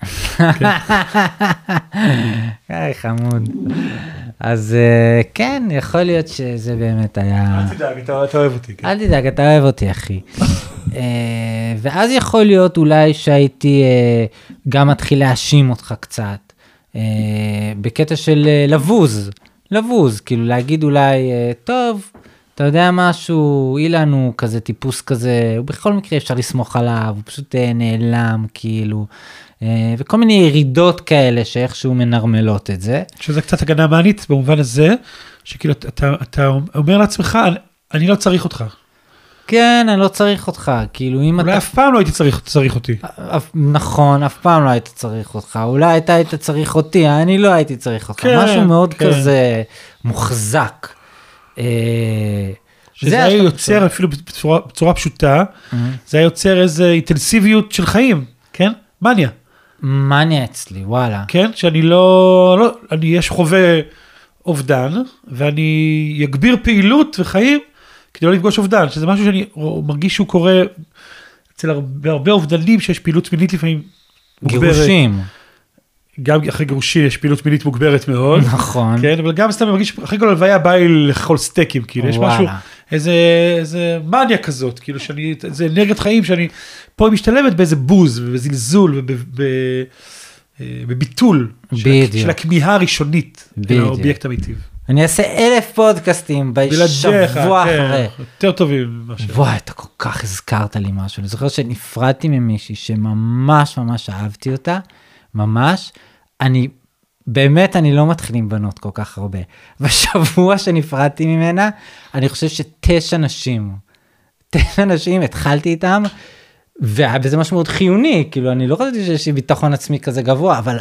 חמוד. אז כן, יכול להיות שזה באמת היה... אל תדאג, אתה אוהב אותי. אל תדאג, אתה אוהב אותי, אחי. ואז יכול להיות אולי שהייתי גם מתחיל להאשים אותך קצת, בקטע של לבוז, כאילו להגיד אולי, טוב, אתה יודע משהו, אילן הוא כזה טיפוס כזה, הוא בכל מקרה אפשר לסמוך עליו, הוא פשוט נעלם כאילו, וכל מיני ירידות כאלה שאיכשהו מנרמלות את זה. שזה קצת הגנה מנית במובן הזה, שכאילו אתה אומר לעצמך, אני לא צריך אותך. כן, אני לא צריך אותך, כאילו אם אולי אף פעם לא הייתי צריך אותי. נכון, אף פעם לא היית צריך אותך, אולי אתה היית צריך אותי, אני לא הייתי צריך אותך, משהו מאוד כזה מוחזק. שזה היה יוצר אפילו בצורה פשוטה, זה היה יוצר איזו אינטנסיביות של חיים, כן? מניה אצלי, וואלה. כן, שאני לא, אני יש חווה אובדן, ואני אגביר פעילות וחיים, כדי לא לפגוש אובדן, שזה משהו שאני מרגיש שהוא קורה אצל הרבה אובדנים, שיש פעילות מינית לפעמים מוגברת. גירושים. גם אחרי גירושי יש פעילות מינית מוגברת מאוד. נכון. כן, אבל גם סתם מרגיש, אחרי כל הלוויה בא לי לאכול סטייקים, כאילו, יש משהו, איזה מניה כזאת, כאילו, זה אנרגיית חיים שאני פה משתלמת באיזה בוז, ובזלזול, בביטול של הכמיהה הראשונית, של האובייקט המיטיב. אני אעשה 1,000 פודקאסטים בשבוע אחרי. יותר טובים. וואי, אתה כל כך הזכרת לי משהו. אני זוכר שנפרדתי ממישהי שממש ממש אהבתי אותה, ממש. באמת אני לא מתחיל עם בנות כל כך הרבה. בשבוע שנפרדתי ממנה, אני חושב ש9 נשים התחלתי איתם, וזה משהו מאוד חיוני, כאילו אני לא חושבת שיש לי ביטחון עצמי כזה גבוה, אבל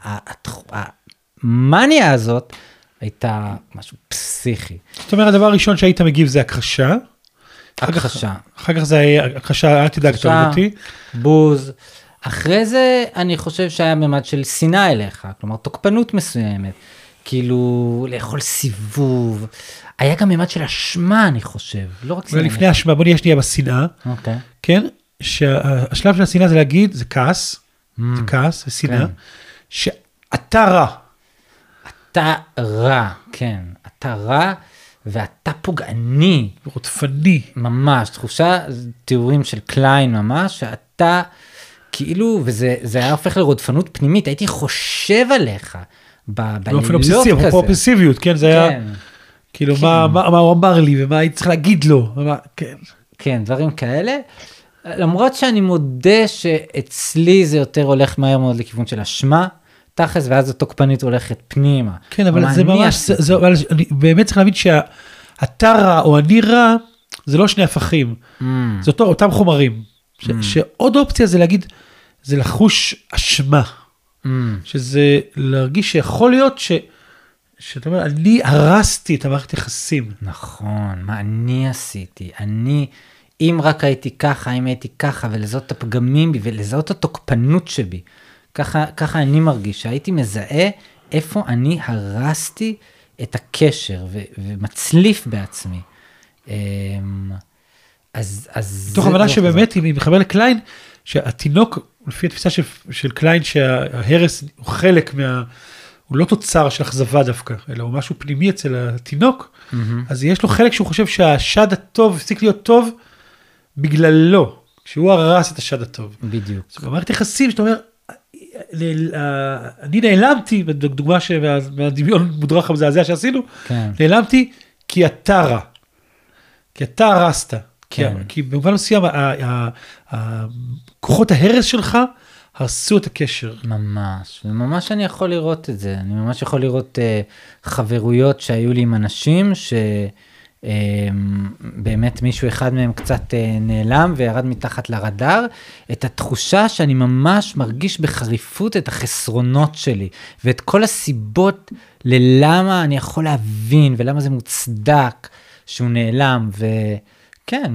המניה הזאת הייתה משהו פסיכי. זאת אומרת, הדבר הראשון שהיית מגיב זה הכחשה. הכחשה. אחר כך זה היה הכחשה, אל תדאג, תוריד אותי. בוז. אחרי זה אני חושב שהיה ממד של שנאה אליך, כלומר תוקפנות מסוימת, כאילו לאכול סיבוב. היה גם ממד של אשמה, אני חושב, לא רק שנאה. ולפני אשמה, בוא נהיה שנייה בשנאה. אוקיי. כן? שהשלב של השנאה זה להגיד, זה כעס, זה שנאה, שאתה רע. אתה רע, כן. אתה רע, ואתה פוגעני. רודפני. ממש, תחושה, תיאורים של קליין ממש, שאתה, כאילו, וזה היה הופך לרודפנות פנימית, הייתי חושב עליך, באופן אובססיבי, אובססיביות, כן, זה היה, כאילו, מה הוא אמר לי, ומה הייתי צריך להגיד לו, כן. כן, דברים כאלה. למרות שאני מודה שאצלי זה יותר הולך מהר מאוד לכיוון של אשמה, תחס, ואז התוקפנית הולכת פנימה. כן, אבל זה ממש, אני באמת צריך להבין שאתה רע או אני רע, זה לא שני הפכים. זה אותם חומרים. שעוד אופציה זה להגיד, זה לחוש אשמה. שזה להרגיש שיכול להיות שאתה אומר, אני הרסתי את המערכת יחסים. נכון, מה אני עשיתי? אם רק הייתי ככה, אם הייתי ככה, ולזאת הפגמים בי, ולזאת התוקפנות שבי. ככה אני מרגיש, שהייתי מזהה איפה אני הרסתי את הקשר, ומצליף בעצמי. תוך הבנה שבאמת, אם מחבר לקליין, שהתינוק, לפי התפיסה של קליין, שההרס הוא חלק הוא לא תוצר של אכזבה דווקא, אלא הוא משהו פנימי אצל התינוק, אז יש לו חלק שהוא חושב שהשד הטוב הפסיק להיות טוב, בגללו, כשהוא הרס את השד הטוב. בדיוק. זאת אומרת, יחסים, שאתה אומר, אני נעלמתי, בדוגמה מהדמיון מודרך המזעזע שעשינו, נעלמתי כי אתה רע, כי אתה הרסת, כי במובן מסוים, כוחות ההרס שלך הרסו את הקשר. ממש, וממש אני יכול לראות את זה, אני ממש יכול לראות חברויות שהיו לי עם אנשים, באמת מישהו אחד מהם קצת נעלם וירד מתחת לרדאר, את התחושה שאני ממש מרגיש בחריפות את החסרונות שלי, ואת כל הסיבות ללמה אני יכול להבין, ולמה זה מוצדק שהוא נעלם, וכן,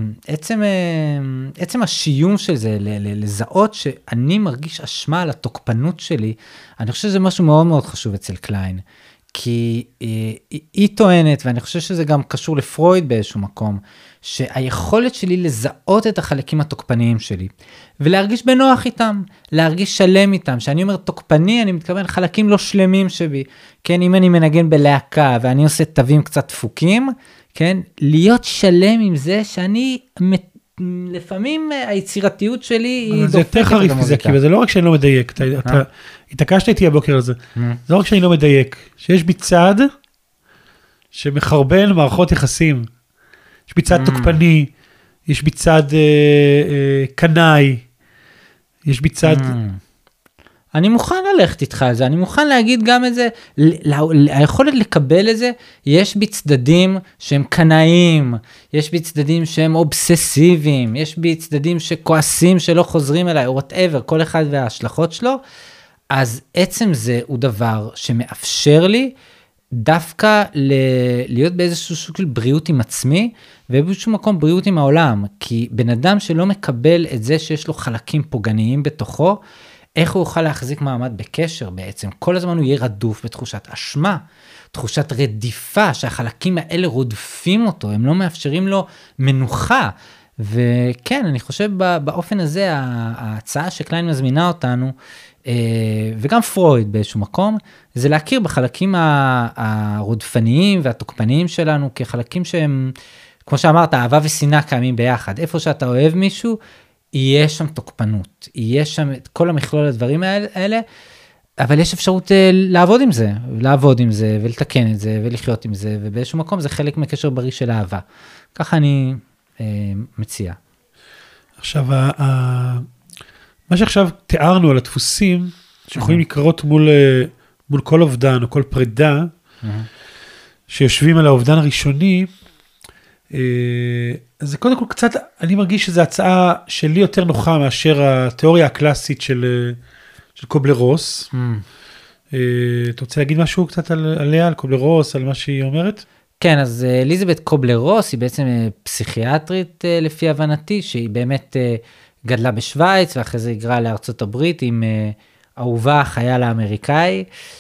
עצם השיום של זה, לזהות שאני מרגיש אשמה על התוקפנות שלי, אני חושב שזה משהו מאוד מאוד חשוב אצל קליין, כי היא טוענת, ואני חושב שזה גם קשור לפרויד באיזשהו מקום, שהיכולת שלי לזהות את החלקים התוקפניים שלי, ולהרגיש בנוח איתם, להרגיש שלם איתם, שאני אומר תוקפני, אני מתכוון חלקים לא שלמים שבי, כן, אם אני מנגן בלהקה, ואני עושה תווים קצת דפוקים, כן, להיות שלם עם זה, שאני לפעמים היצירתיות שלי היא זה יותר חריף מזה, כי זה לא רק שאני לא מדייק, אתה התעקשת איתי הבוקר הזה, זה לא רק שאני לא מדייק, שיש בי צד שמחרבן מערכות יחסים, יש בי צד תוקפני, יש בי צד קנאי, יש בי צד... אני מוכן ללכת איתך על זה, אני מוכן להגיד גם את זה, היכולת לקבל את זה, יש בי צדדים שהם קנאים, יש בי צדדים שהם אובססיביים, יש בי צדדים שכועסים שלא חוזרים אליי, או whatever, כל אחד וההשלכות שלו, אז עצם זה הוא דבר שמאפשר לי דווקא להיות באיזשהו סוג של בריאות עם עצמי, ובאיזשהו מקום בריאות עם העולם, כי בן אדם שלא מקבל את זה שיש לו חלקים פוגעניים בתוכו, איך הוא יוכל להחזיק מעמד בקשר בעצם? כל הזמן הוא יהיה רדוף בתחושת אשמה, תחושת רדיפה, שהחלקים האלה רודפים אותו, הם לא מאפשרים לו מנוחה, וכן, אני חושב באופן הזה, ההצעה שקליין מזמינה אותנו, וגם פרויד באיזשהו מקום, זה להכיר בחלקים הרודפניים והתוקפניים שלנו, כחלקים שהם, כמו שאמרת, אהבה ושנאה קיימים ביחד, איפה שאתה אוהב מישהו, יהיה שם תוקפנות, יהיה שם את כל המכלול הדברים האלה, אבל יש אפשרות לעבוד עם זה ולתקן את זה ולחיות עם זה, ובאיזשהו מקום זה חלק מקשר בריא של אהבה. ככה אני מציע. עכשיו, מה שעכשיו תיארנו על הדפוסים, שיכולים לקרות מול כל אובדן או כל פרידה, שיושבים על האובדן הראשוני, אז זה קודם כל קצת, אני מרגיש שזו הצעה שלי יותר נוחה מאשר התיאוריה הקלאסית של קובלר-רוס. אתה רוצה להגיד משהו קצת עליה, על קובלר-רוס, על מה שהיא אומרת? כן, אז אליזבת קובלר-רוס היא בעצם פסיכיאטרית לפי הבנתי, שהיא באמת גדלה בשוויץ, ואחרי זה הגרה לארצות הברית עם אהובה החייל האמריקאי,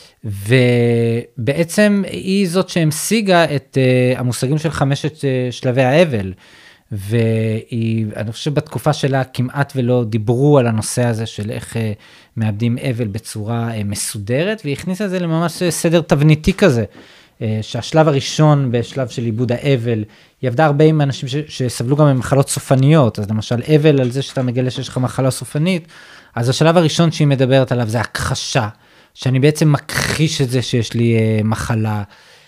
ובעצם היא זאת שהמשיגה את המושגים של 5 שלבי האבל, ואני חושב שבתקופה שלה כמעט ולא דיברו על הנושא הזה של איך מאבדים אבל בצורה מסודרת, והיא הכניסה את זה לממש סדר תבניתי כזה, שהשלב הראשון בשלב של עיבוד האבל, היא עבדה הרבה עם אנשים שסבלו גם ממחלות סופניות, אז למשל אבל על זה שאתה מגלה שיש לך מחלה סופנית, אז השלב הראשון שהיא מדברת עליו זה הכחשה, שאני בעצם מכחיש את זה שיש לי מחלה,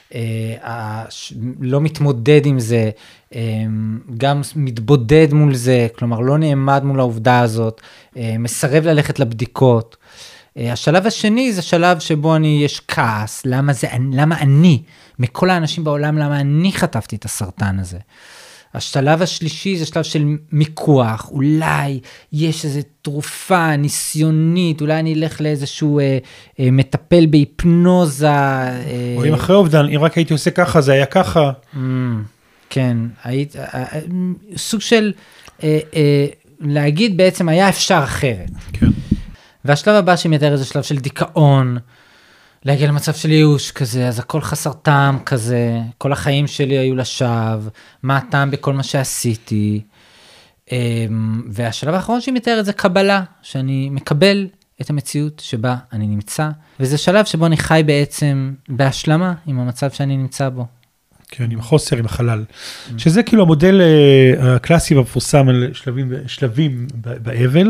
לא מתמודד עם זה, גם מתבודד מול זה, כלומר לא נעמד מול העובדה הזאת, מסרב ללכת לבדיקות. השלב השני זה שלב שבו יש כעס, למה אני, מכל האנשים בעולם, למה אני חטפתי את הסרטן הזה. השלב השלישי זה שלב של מיקוח, אולי יש איזו תרופה ניסיונית, אולי אני אלך לאיזשהו מטפל בהיפנוזה. או אם אחרי אובדן, אם רק הייתי עושה ככה, זה היה ככה. כן, סוג של להגיד בעצם היה אפשר אחרת. כן. והשלב הבא שמתאר זה שלב של דיכאון, להגיע למצב של ייאוש כזה, אז הכל חסר טעם כזה, כל החיים שלי היו לשווא, מה הטעם בכל מה שעשיתי, והשלב האחרון שהיא מתארת זה קבלה, שאני מקבל את המציאות שבה אני נמצא, וזה שלב שבו אני חי בעצם בהשלמה עם המצב שאני נמצא בו. כן, עם החוסר, עם החלל. שזה כאילו המודל הקלאסי והמפורסם על שלבים באבל,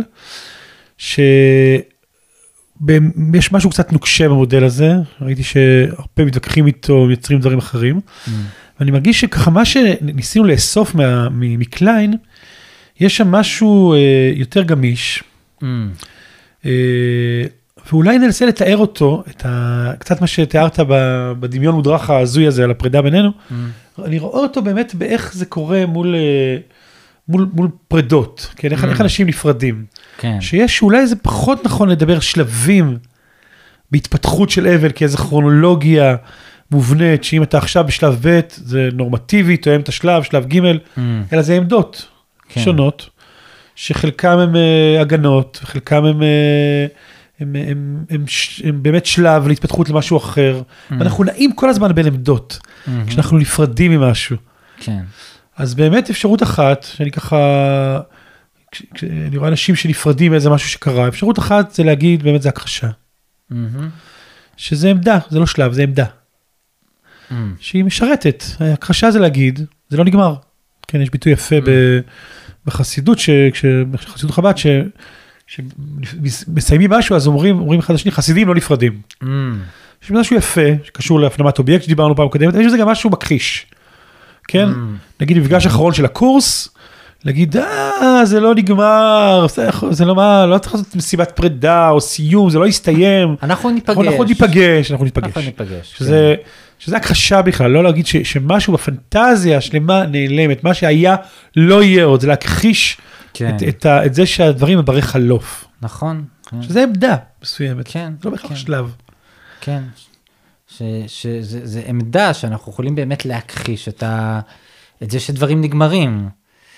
יש משהו קצת נוקשה במודל הזה, ראיתי שהרבה מתווכחים איתו, מייצרים דברים אחרים, ואני מרגיש שככה מה שניסינו לאסוף מקליין, יש שם משהו יותר גמיש, ואולי ננסה לתאר אותו, קצת מה שתיארת בדמיון מודרך ההזוי הזה על הפרידה בינינו, אני רואה אותו באמת באיך זה קורה מול פרידות, כן? איך אנשים נפרדים. כן. שיש אולי זה פחות נכון לדבר שלבים בהתפתחות של אבל, כאיזו כרונולוגיה מובנית, שאם אתה עכשיו בשלב ב' זה נורמטיבי, תואם את השלב, שלב ג', אלא זה עמדות שונות, שחלקם הם הגנות, וחלקם הם באמת שלב להתפתחות למשהו אחר, ואנחנו נעים כל הזמן בין עמדות, כשאנחנו נפרדים ממשהו. כן. אז באמת אפשרות אחת, שאני ככה, אני רואה אנשים שנפרדים מאיזה משהו שקרה, אפשרות אחת זה להגיד, באמת זה הכחשה. שזה עמדה, זה לא שלב, זה עמדה. שהיא משרתת. הכחשה זה להגיד, זה לא נגמר. כן, יש ביטוי יפה בחסידות, בחסידות חב"ד, שמסיימים משהו, אז אומרים אחד לשני, חסידים לא נפרדים. יש משהו יפה, שקשור להפנמת אובייקט, שדיברנו פעם קודמת, יש לזה גם משהו מכחיש. כן? נגיד, מפגש אחרון של הקורס, להגיד, זה לא נגמר, זה לא מה, לא צריך לעשות מסיבת פרידה או סיום, זה לא יסתיים. אנחנו ניפגש. שזה הכחשה בכלל, לא להגיד שמשהו בפנטזיה שלמה נעלמת, מה שהיה לא יהיה עוד, זה להכחיש את זה שהדברים ברי חלוף. נכון. שזה עמדה מסוימת, כן. לא בכלל שלב. כן. שזה עמדה שאנחנו יכולים באמת להכחיש את זה שדברים נגמרים.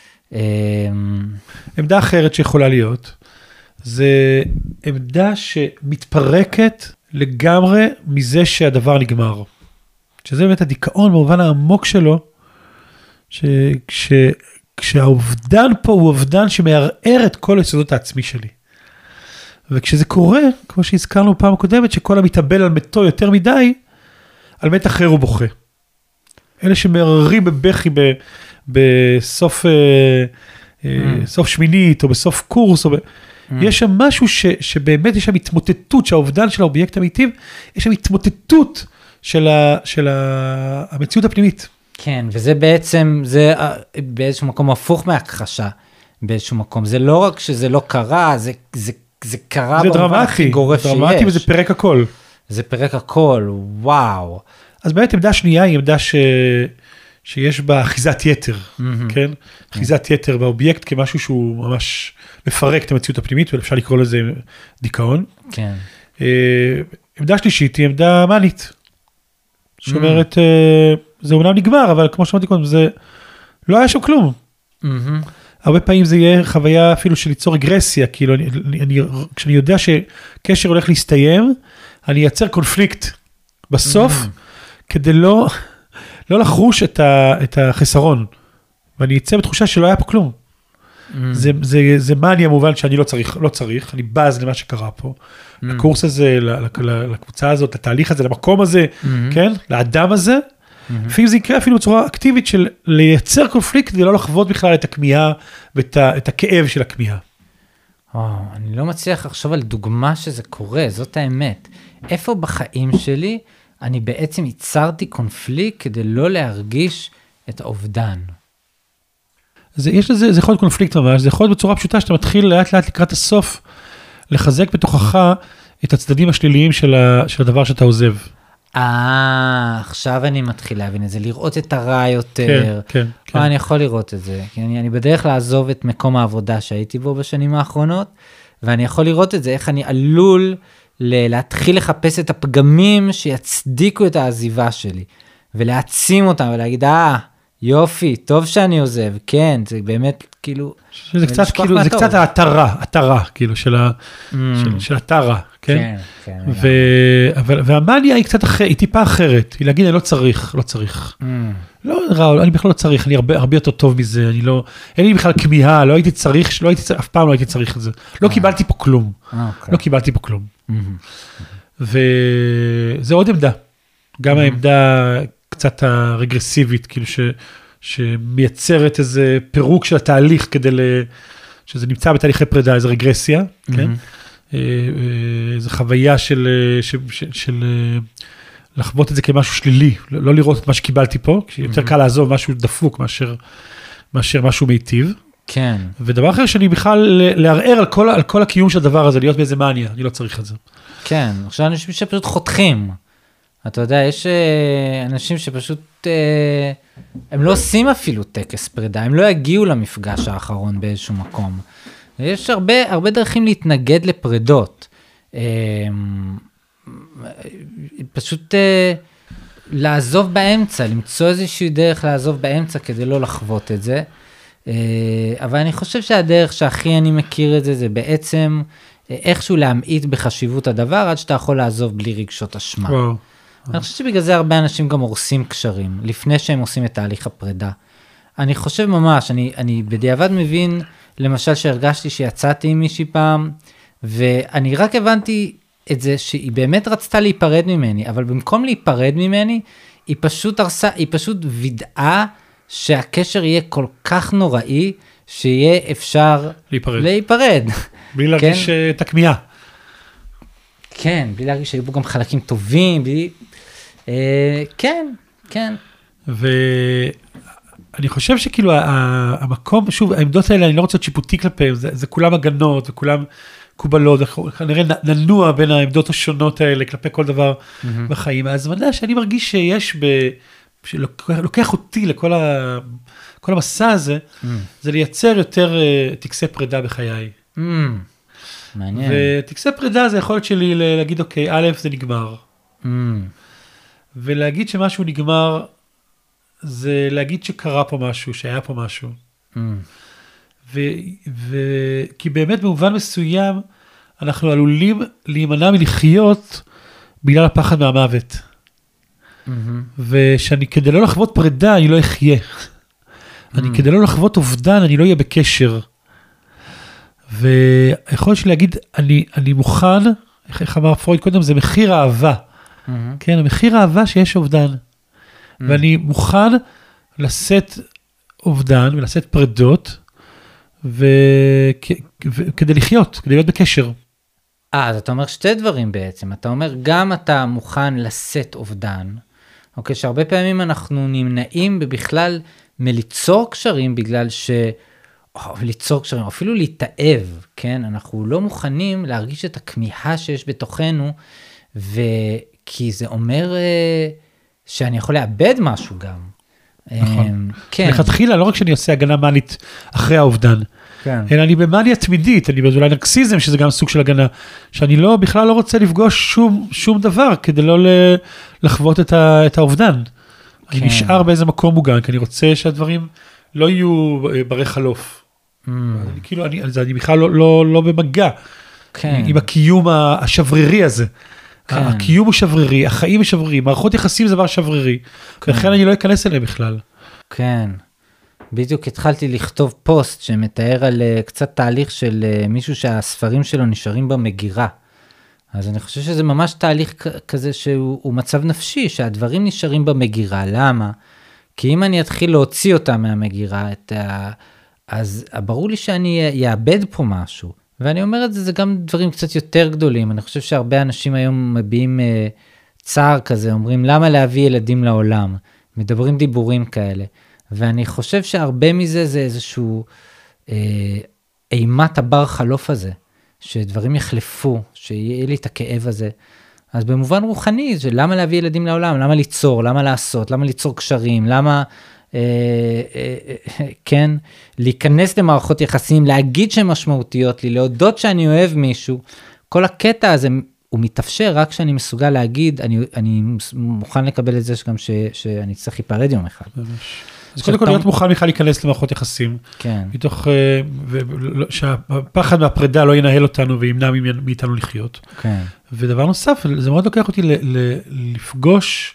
עמדה אחרת שיכולה להיות, זה עמדה שמתפרקת לגמרי מזה שהדבר נגמר. שזה באמת הדיכאון במובן העמוק שלו, כשהאובדן פה הוא אובדן שמערער את כל היסודות העצמי שלי. וכשזה קורה, כמו שהזכרנו פעם הקודמת, שכל המתאבל על מתו יותר מדי, על מת אחר הוא בוכה. אלה שמערערים בבכי בסוף סוף שמינית, או בסוף קורס, יש שם משהו שבאמת יש שם התמוטטות, שהאובדן של האובייקט המיטיב, יש שם התמוטטות של המציאות הפנימית. כן, וזה בעצם, זה באיזשהו מקום הפוך מהכחשה, באיזשהו מקום. זה לא רק שזה לא קרה, זה קרה במובן הכי גורף שיש. זה דרמטי וזה פרק הכל. זה פרק הכל, וואו. אז באמת עמדה שנייה היא עמדה שיש בה אחיזת יתר, כן? אחיזת יתר באובייקט כמשהו שהוא ממש מפרק את המציאות הפנימית, ואפשר לקרוא לזה דיכאון. כן. עמדה שלישית היא עמדה מנית, שאומרת, זה אומנם נגמר, אבל כמו שאמרתי קודם, זה לא היה שם כלום. הרבה פעמים זה יהיה חוויה אפילו של ליצור רגרסיה, כאילו כשאני יודע שקשר הולך להסתיים, אני אייצר קונפליקט בסוף, כדי לא לחרוש את החסרון, ואני אצא בתחושה שלא היה פה כלום. זה מניה מובן שאני לא צריך, אני בז למה שקרה פה, לקורס הזה, לקבוצה הזאת, לתהליך הזה, למקום הזה, כן? לאדם הזה, לפעמים זה יקרה אפילו בצורה אקטיבית של לייצר קונפליקט, כדי לא לחוות בכלל את הכמיהה, ואת הכאב של הכמיהה. אני לא מצליח לחשוב על דוגמה שזה קורה, זאת האמת. איפה בחיים שלי אני בעצם ייצרתי קונפליקט כדי לא להרגיש את האובדן? זה יכול להיות קונפליקט ממש, זה יכול להיות בצורה פשוטה שאתה מתחיל לאט לאט לקראת הסוף, לחזק בתוכך את הצדדים השליליים של הדבר שאתה עוזב. עכשיו אני מתחיל להבין את זה, לראות את הרע יותר. כן. אני יכול לראות את זה, כי אני בדרך לעזוב את מקום העבודה שהייתי בו בשנים האחרונות, ואני יכול לראות את זה, איך אני עלול להתחיל לחפש את הפגמים שיצדיקו את העזיבה שלי, ולהעצים אותם ולהגיד, יופי, טוב שאני עוזב, כן, זה באמת כאילו... זה קצת ההתרה, כאילו, של התרה, כן? כן. והמניה היא קצת אחרת, היא טיפה אחרת, היא להגיד, אני לא צריך. לא, ראול, אני בכלל לא צריך, אני הרבה יותר טוב מזה, אין לי בכלל כמיהה, אף פעם לא הייתי צריך את זה. לא קיבלתי פה כלום. וזה עוד עמדה, גם העמדה קצת הרגרסיבית, כאילו שמייצרת איזה פירוק של התהליך, שזה נמצא בתהליכי פרידה, איזו רגרסיה, כן? איזו חוויה של לחוות את זה כמשהו שלילי, לא לראות את מה שקיבלתי פה, יותר קל לעזוב משהו דפוק מאשר משהו מיטיב. כן. ודבר אחר שאני בכלל לערער על כל הקיום של הדבר הזה, להיות באיזה מניה, אני לא צריך את זה. כן, עכשיו אנשים שפשוט חותכים. אתה יודע, יש אנשים שפשוט, הם לא עושים אפילו טקס פרידה, הם לא יגיעו למפגש האחרון באיזשהו מקום. יש הרבה דרכים להתנגד לפרידות. פשוט לעזוב באמצע, למצוא איזושהי דרך לעזוב באמצע כדי לא לחוות את זה. אבל אני חושב שהדרך שהכי אני מכיר את זה, זה בעצם איכשהו להמעיט בחשיבות הדבר, עד שאתה יכול לעזוב בלי רגשות אשמה. אני חושב שבגלל זה הרבה אנשים גם הורסים קשרים, לפני שהם עושים את תהליך הפרידה. אני חושב ממש, אני בדיעבד מבין, למשל שהרגשתי שיצאתי עם מישהי פעם, ואני רק הבנתי את זה שהיא באמת רצתה להיפרד ממני, אבל במקום להיפרד ממני, היא פשוט וידעה שהקשר יהיה כל כך נוראי, שיהיה אפשר להיפרד. בלי להרגיש את הכמיהה. כן, בלי להרגיש שהיו בו גם חלקים טובים, כן. ואני חושב שכאילו המקום, שוב, העמדות האלה, אני לא רוצה להיות שיפוטי כלפיהם, זה כולם הגנות וכולם קובלות, כנראה ננוע בין העמדות השונות האלה כלפי כל דבר בחיים. ההזמנה שאני מרגיש שיש שלוקח אותי לכל המסע הזה, זה לייצר יותר טקסי פרידה בחיי. מעניין. וטקסי פרידה זה יכולת שלי להגיד, אוקיי, א', זה נגמר. ולהגיד שמשהו נגמר, זה להגיד שקרה פה משהו, שהיה פה משהו. כי באמת במובן מסוים, אנחנו עלולים להימנע מלחיות בגלל הפחד מהמוות. ושאני כדי לא לחוות פרידה, אני לא אחיה. אני כדי לא לחוות אובדן, אני לא אהיה בקשר. ויכול שלי להגיד, אני מוכן, איך אמר פרויד קודם, זה מחיר האהבה. כן, המחיר האהבה שיש אובדן. ואני מוכן לשאת אובדן ולשאת פרידות, וכדי לחיות, כדי להיות בקשר. אז אתה אומר שתי דברים בעצם, אתה אומר גם אתה מוכן לשאת אובדן, אוקיי, שהרבה פעמים אנחנו נמנעים בכלל מליצור קשרים, בגלל ליצור קשרים, אפילו להתאהב, כן? אנחנו לא מוכנים להרגיש את הכמיהה שיש בתוכנו, כי זה אומר שאני יכול לאבד משהו גם. נכון. כן. לכתחילה, לא רק שאני עושה הגנה מנית אחרי האובדן, כן. אלא אני במניה תמידית, אני אולי נרקסיזם, שזה גם סוג של הגנה, שאני בכלל לא רוצה לפגוש שום דבר, כדי לא לחוות את האובדן. אני נשאר באיזה מקום מוגן, כי אני רוצה שהדברים לא יהיו ברי חלוף. אני בכלל לא במגע עם הקיום השברירי הזה. הקיום הוא שברירי, החיים שברירי, מערכות יחסים זה דבר שברירי, ולכן אני לא אכנס אליהם בכלל. כן. בדיוק התחלתי לכתוב פוסט שמתאר על קצת תהליך של מישהו שהספרים שלו נשארים במגירה. אז אני חושב שזה ממש תהליך כזה שהוא מצב נפשי, שהדברים נשארים במגירה. למה? כי אם אני אתחיל להוציא אותם מהמגירה, אז ברור לי שאני אאבד פה משהו. ואני אומר את זה, זה גם דברים קצת יותר גדולים. אני חושב שהרבה אנשים היום מביעים צער כזה, אומרים למה להביא ילדים לעולם? מדברים דיבורים כאלה. ואני חושב שהרבה מזה זה איזשהו אימת הבר חלוף הזה, שדברים יחלפו, שיהיה לי את הכאב הזה. אז במובן רוחני, למה להביא ילדים לעולם? למה ליצור? למה לעשות? למה ליצור קשרים? למה, כן, להיכנס למערכות יחסים, להגיד שהן משמעותיות לי, להודות שאני אוהב מישהו. כל הקטע הזה הוא מתאפשר רק כשאני מסוגל להגיד, אני מוכן לקבל את זה גם שאני צריך להיפרד יום אחד. אז קודם כל להיות מוכן בכלל להיכנס למערכות יחסים, מתוך שהפחד מהפרידה לא ינהל אותנו וימנע מאיתנו לחיות. ודבר נוסף, זה מאוד לוקח אותי לפגוש,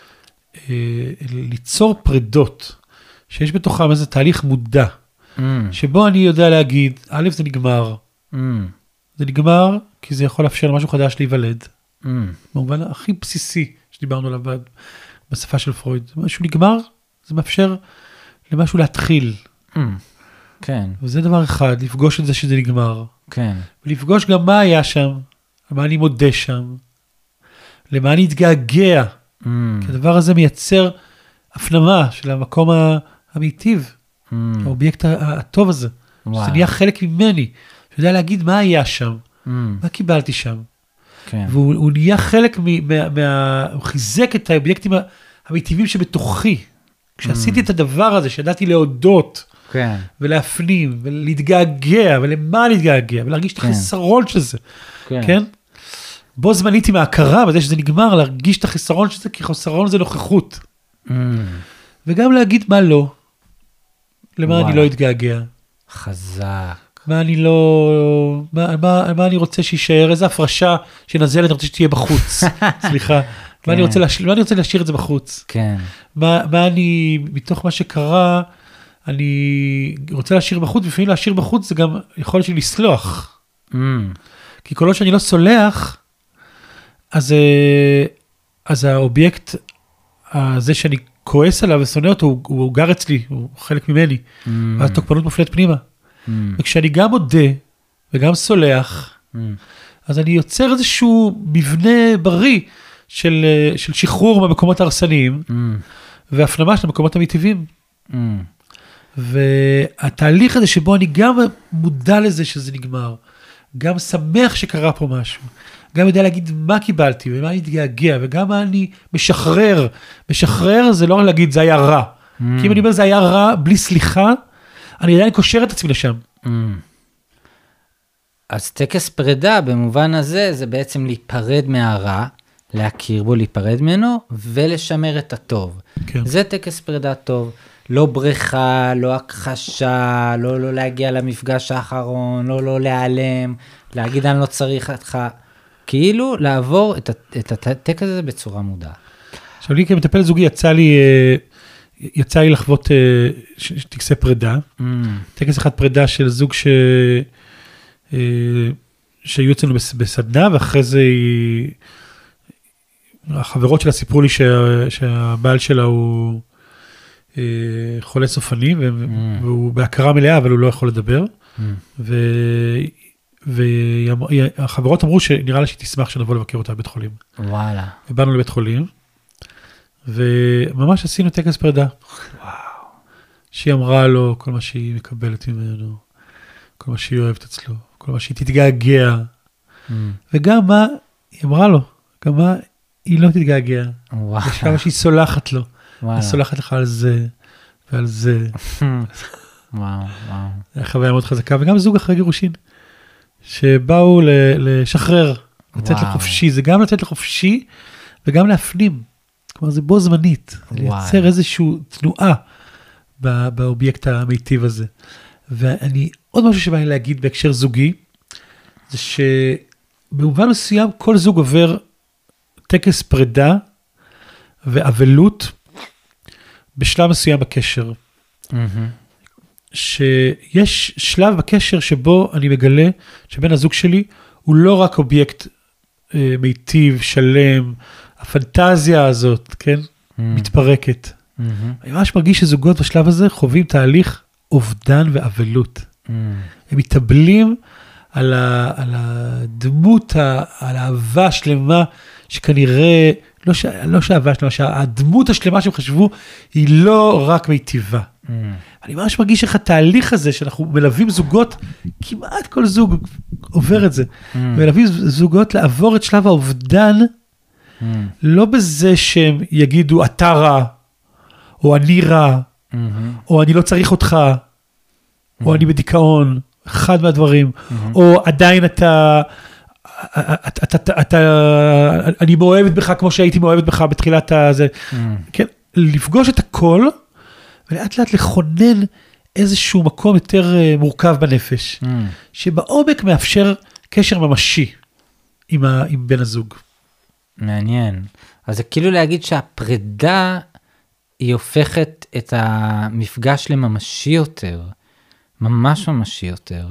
ליצור פרידות, שיש בתוכם איזה תהליך מודע, שבו אני יודע להגיד, א' זה נגמר, זה נגמר כי זה יכול לאפשר למשהו חדש להיוולד, במובן הכי בסיסי שדיברנו עליו בשפה של פרויד, משהו נגמר, זה מאפשר למשהו להתחיל. כן. וזה דבר אחד, לפגוש את זה שזה נגמר. כן. ולפגוש גם מה היה שם, למה אני מודה שם, למה אני אתגעגע. כי הדבר הזה מייצר הפנמה של המקום המיטיב, האובייקט הטוב הזה. זה נהיה חלק ממני, שיודע להגיד מה היה שם, מה קיבלתי שם. כן. והוא נהיה חלק הוא חיזק את האובייקטים המיטיבים שבתוכי. כשעשיתי את הדבר הזה, שידעתי להודות, ולהפנים, ולהתגעגע, ולמה להתגעגע, ולהרגיש את החסרון של זה, כן? בו זמנית עם ההכרה, בזה שזה נגמר, להרגיש את החסרון של זה, כי חסרון זה נוכחות. וגם להגיד מה לא, למה אני לא אתגעגע. חזק. מה אני לא, מה אני רוצה שישאר, איזה הפרשה שנזלת, אני רוצה שתהיה בחוץ, סליחה. מה אני רוצה להשאיר את זה בחוץ? כן. מה אני, מתוך מה שקרה, אני רוצה להשאיר בחוץ, ולפעמים להשאיר בחוץ זה גם יכול להיות לסלוח. כי כל עוד שאני לא סולח, אז האובייקט הזה שאני כועס עליו ושונא אותו, הוא גר אצלי, הוא חלק ממני. והתוקפנות מופלית פנימה. וכשאני גם מודה וגם סולח, אז אני יוצר איזשהו מבנה בריא, של שחרור במקומות הרסניים, והפנמה של המקומות המיטיביים. והתהליך הזה שבו אני גם מודע לזה שזה נגמר, גם שמח שקרה פה משהו, גם יודע להגיד מה קיבלתי, ומה אני אתגעגע, וגם מה אני משחרר. משחרר זה לא רק להגיד זה היה רע. כי אם אני אומר זה היה רע בלי סליחה, אני עדיין קושר את עצמי לשם. אז טקס פרידה במובן הזה, זה בעצם להיפרד מהרע, להכיר בו, להיפרד ממנו, ולשמר את הטוב. כן. זה טקס פרידה טוב. לא בריכה, לא הכחשה, לא להגיע למפגש האחרון, לא להיעלם, להגיד אני לא צריך אותך. כאילו לעבור את הטקס הזה בצורה מודעת. עכשיו לי כמטפל זוגי יצא לי לחוות טקסי פרידה. טקס אחד פרידה של זוג שהיו אצלנו בסדנה, ואחרי זה החברות שלה סיפרו לי שהבעל שלה הוא חולה סופני, והוא בהכרה מלאה, אבל הוא לא יכול לדבר. והחברות אמרו שנראה לה שהיא תשמח שנבוא לבקר אותה בבית חולים. וואלה. ובאנו לבית חולים, וממש עשינו טקס פרידה. וואו. שהיא אמרה לו כל מה שהיא מקבלת ממנו, כל מה שהיא אוהבת אצלו, כל מה שהיא תתגעגע. וגם מה היא אמרה לו, גם מה היא לא תתגעגע. וואו. יש כמה שהיא סולחת לו. וואלה. היא סולחת לך על זה ועל זה. וואו, וואו. זו חוויה מאוד חזקה, וגם זוג אחרי גירושין, שבאו לשחרר, לתת לחופשי, זה גם לתת לחופשי, וגם להפנים, כלומר זה בו זמנית, לייצר איזושהי תנועה באובייקט המיטיב הזה. ואני, עוד משהו שבא לי להגיד בהקשר זוגי, זה שבמובן מסוים כל זוג עובר טקס פרידה ואבלות בשלב מסוים בקשר. שיש שלב בקשר שבו אני מגלה שבן הזוג שלי הוא לא רק אובייקט מיטיב, שלם, הפנטזיה הזאת, כן? מתפרקת. אני ממש מרגיש שזוגות בשלב הזה חווים תהליך אובדן ואבלות. הם מתאבלים על הדמות, על האהבה השלמה, שכנראה, לא שהאהבה השלמה, שהדמות השלמה שהם חשבו, היא לא רק מיטיבה. אני ממש מרגיש איך התהליך הזה, שאנחנו מלווים זוגות, כמעט כל זוג עובר את זה, מלווים זוגות לעבור את שלב האובדן, לא בזה שהם יגידו, אתה רע, או אני רע, או אני לא צריך אותך, או אני בדיכאון, אחד מהדברים, או עדיין אני מאוהבת בך כמו שהייתי מאוהבת בך בתחילת הזה. כן, לפגוש את הכל, ולאט לאט לכונן איזשהו מקום יותר מורכב בנפש, שבעומק מאפשר קשר ממשי עם בן הזוג. מעניין. אז זה כאילו להגיד שהפרידה היא הופכת את המפגש לממשי יותר, ממש ממשי יותר.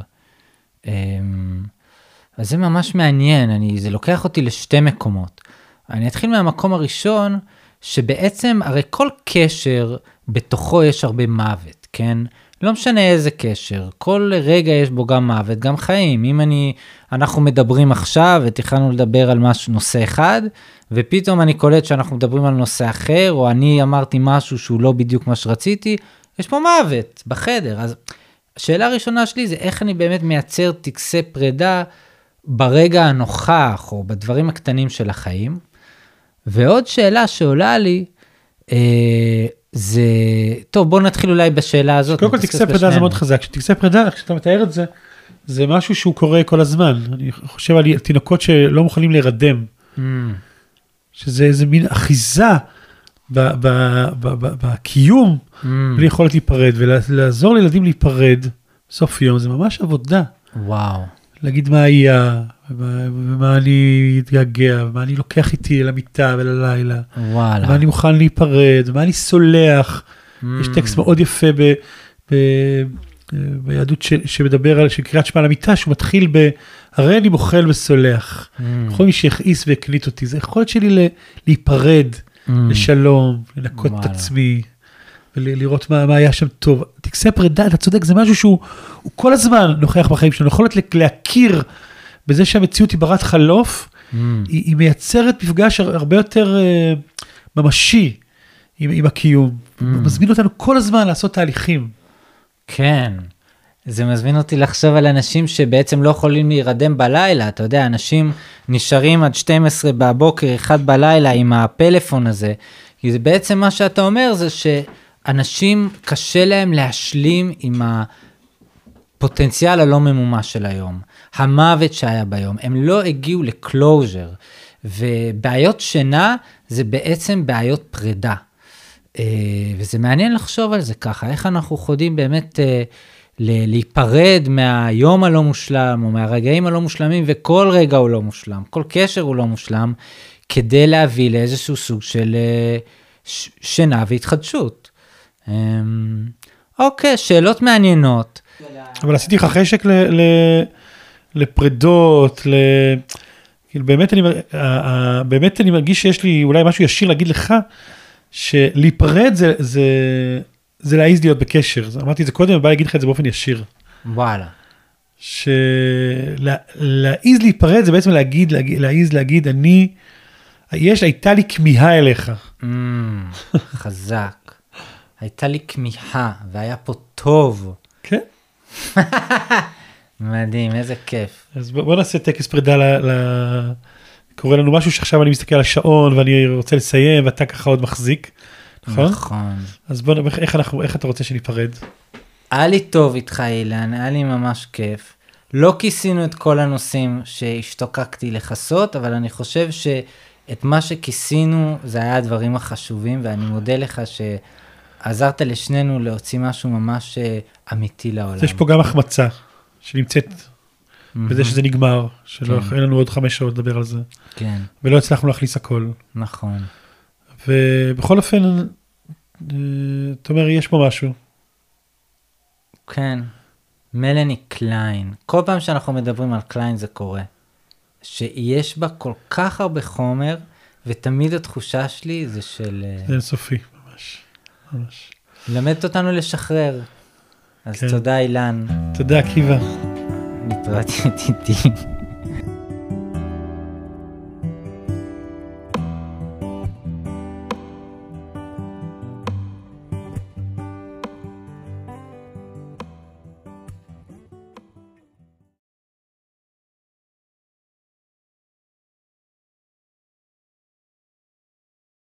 אז זה ממש מעניין, זה לוקח אותי לשתי מקומות. אני אתחיל מהמקום הראשון, שבעצם הרי כל קשר בתוכו יש הרבה מוות, כן? לא משנה איזה קשר, כל רגע יש בו גם מוות, גם חיים. אם אנחנו מדברים עכשיו ותכננו לדבר על נושא אחד, ופתאום אני קולט שאנחנו מדברים על נושא אחר, או אני אמרתי משהו שהוא לא בדיוק מה שרציתי, יש פה מוות בחדר. אז השאלה הראשונה שלי זה איך אני באמת מייצר טקסי פרידה ברגע הנוכח, או בדברים הקטנים של החיים. ועוד שאלה שעולה לי, זה, טוב, בואו נתחיל אולי בשאלה הזאת. קודם כל, טקסי פרידה זה מאוד חזק. טקסי פרידה, כשאתה מתאר את זה, זה משהו שהוא קורה כל הזמן. אני חושב על תינוקות שלא מוכנים להירדם. שזה איזה מין אחיזה בקיום, בלי יכולת להיפרד, ולעזור לילדים להיפרד בסוף יום, זה ממש עבודה. וואו. להגיד מה היה, ומה אני אתגעגע, ומה אני לוקח איתי למיטה וללילה. וואלה. ומה אני מוכן להיפרד, ומה אני סולח. יש טקסט מאוד יפה ביהדות שמדבר על, שקריאת שמע למיטה, שהוא מתחיל הרי אני מוכל וסולח. כל מי שיכעיס והקנית אותי, זה יכולת שלי להיפרד, לשלום, לנקות את עצמי, ולראות מה היה שם טוב. טקסי פרידה, אתה צודק, זה משהו שהוא כל הזמן נוכח בחיים שלנו, יכולת להכיר בזה שהמציאות היא ברת חלוף, היא מייצרת מפגש הרבה יותר ממשי עם הקיום, מזמין אותנו כל הזמן לעשות תהליכים. כן, זה מזמין אותי לחשוב על אנשים שבעצם לא יכולים להירדם בלילה, אתה יודע, אנשים נשארים עד 12 בבוקר, 1 בלילה עם הפלאפון הזה, כי זה בעצם מה שאתה אומר, זה שאנשים קשה להם להשלים עם הפוטנציאל הלא ממומש של היום, המוות שהיה ביום, הם לא הגיעו לקלוז'ר, ובעיות שינה זה בעצם בעיות פרידה, וזה מעניין לחשוב על זה ככה, איך אנחנו יכולים באמת להיפרד מהיום הלא מושלם, או מהרגעים הלא מושלמים, וכל רגע הוא לא מושלם, כל קשר הוא לא מושלם, כדי להביא לאיזשהו סוג של שינה והתחדשות. אוקיי, שאלות מעניינות. אבל עשיתי לך חשק לפרידות, כאילו באמת אני מרגיש שיש לי אולי משהו ישיר להגיד לך, שלהיפרד זה להעיז להיות בקשר. אמרתי את זה קודם, ובא להגיד לך את זה באופן ישיר. וואלה. להעיז להיפרד זה בעצם להעיז להגיד, הייתה לי כמיהה אליך. חזק. הייתה לי כמיהה, והיה פה טוב. כן. מדהים, איזה כיף. אז בוא נעשה טקס פרידה קורה לנו משהו שעכשיו אני מסתכל על השעון, ואני רוצה לסיים, ואתה ככה עוד מחזיק. נכון? נכון. אז בוא, איך אתה רוצה שניפרד? היה לי טוב איתך, אילן, היה לי ממש כיף. לא כיסינו את כל הנושאים שהשתוקקתי לחסות, אבל אני חושב שאת מה שכיסינו זה היה הדברים החשובים, ואני מודה לך שעזרת לשנינו להוציא משהו ממש אמיתי לעולם. יש פה גם החמצה שנמצאת בזה שזה נגמר, שלא אין לנו עוד 5 שעות לדבר על זה. כן. ולא הצלחנו להכניס הכל. נכון. ובכל אופן, אתה אומר, יש פה משהו. כן. מלני קליין. כל פעם שאנחנו מדברים על קליין זה קורה. שיש בה כל כך הרבה חומר, ותמיד התחושה שלי זה של... זה אינסופי, ממש. ממש. למדת אותנו לשחרר. אז כן. תודה אילן. תודה, עקיבא. נתראה איתי.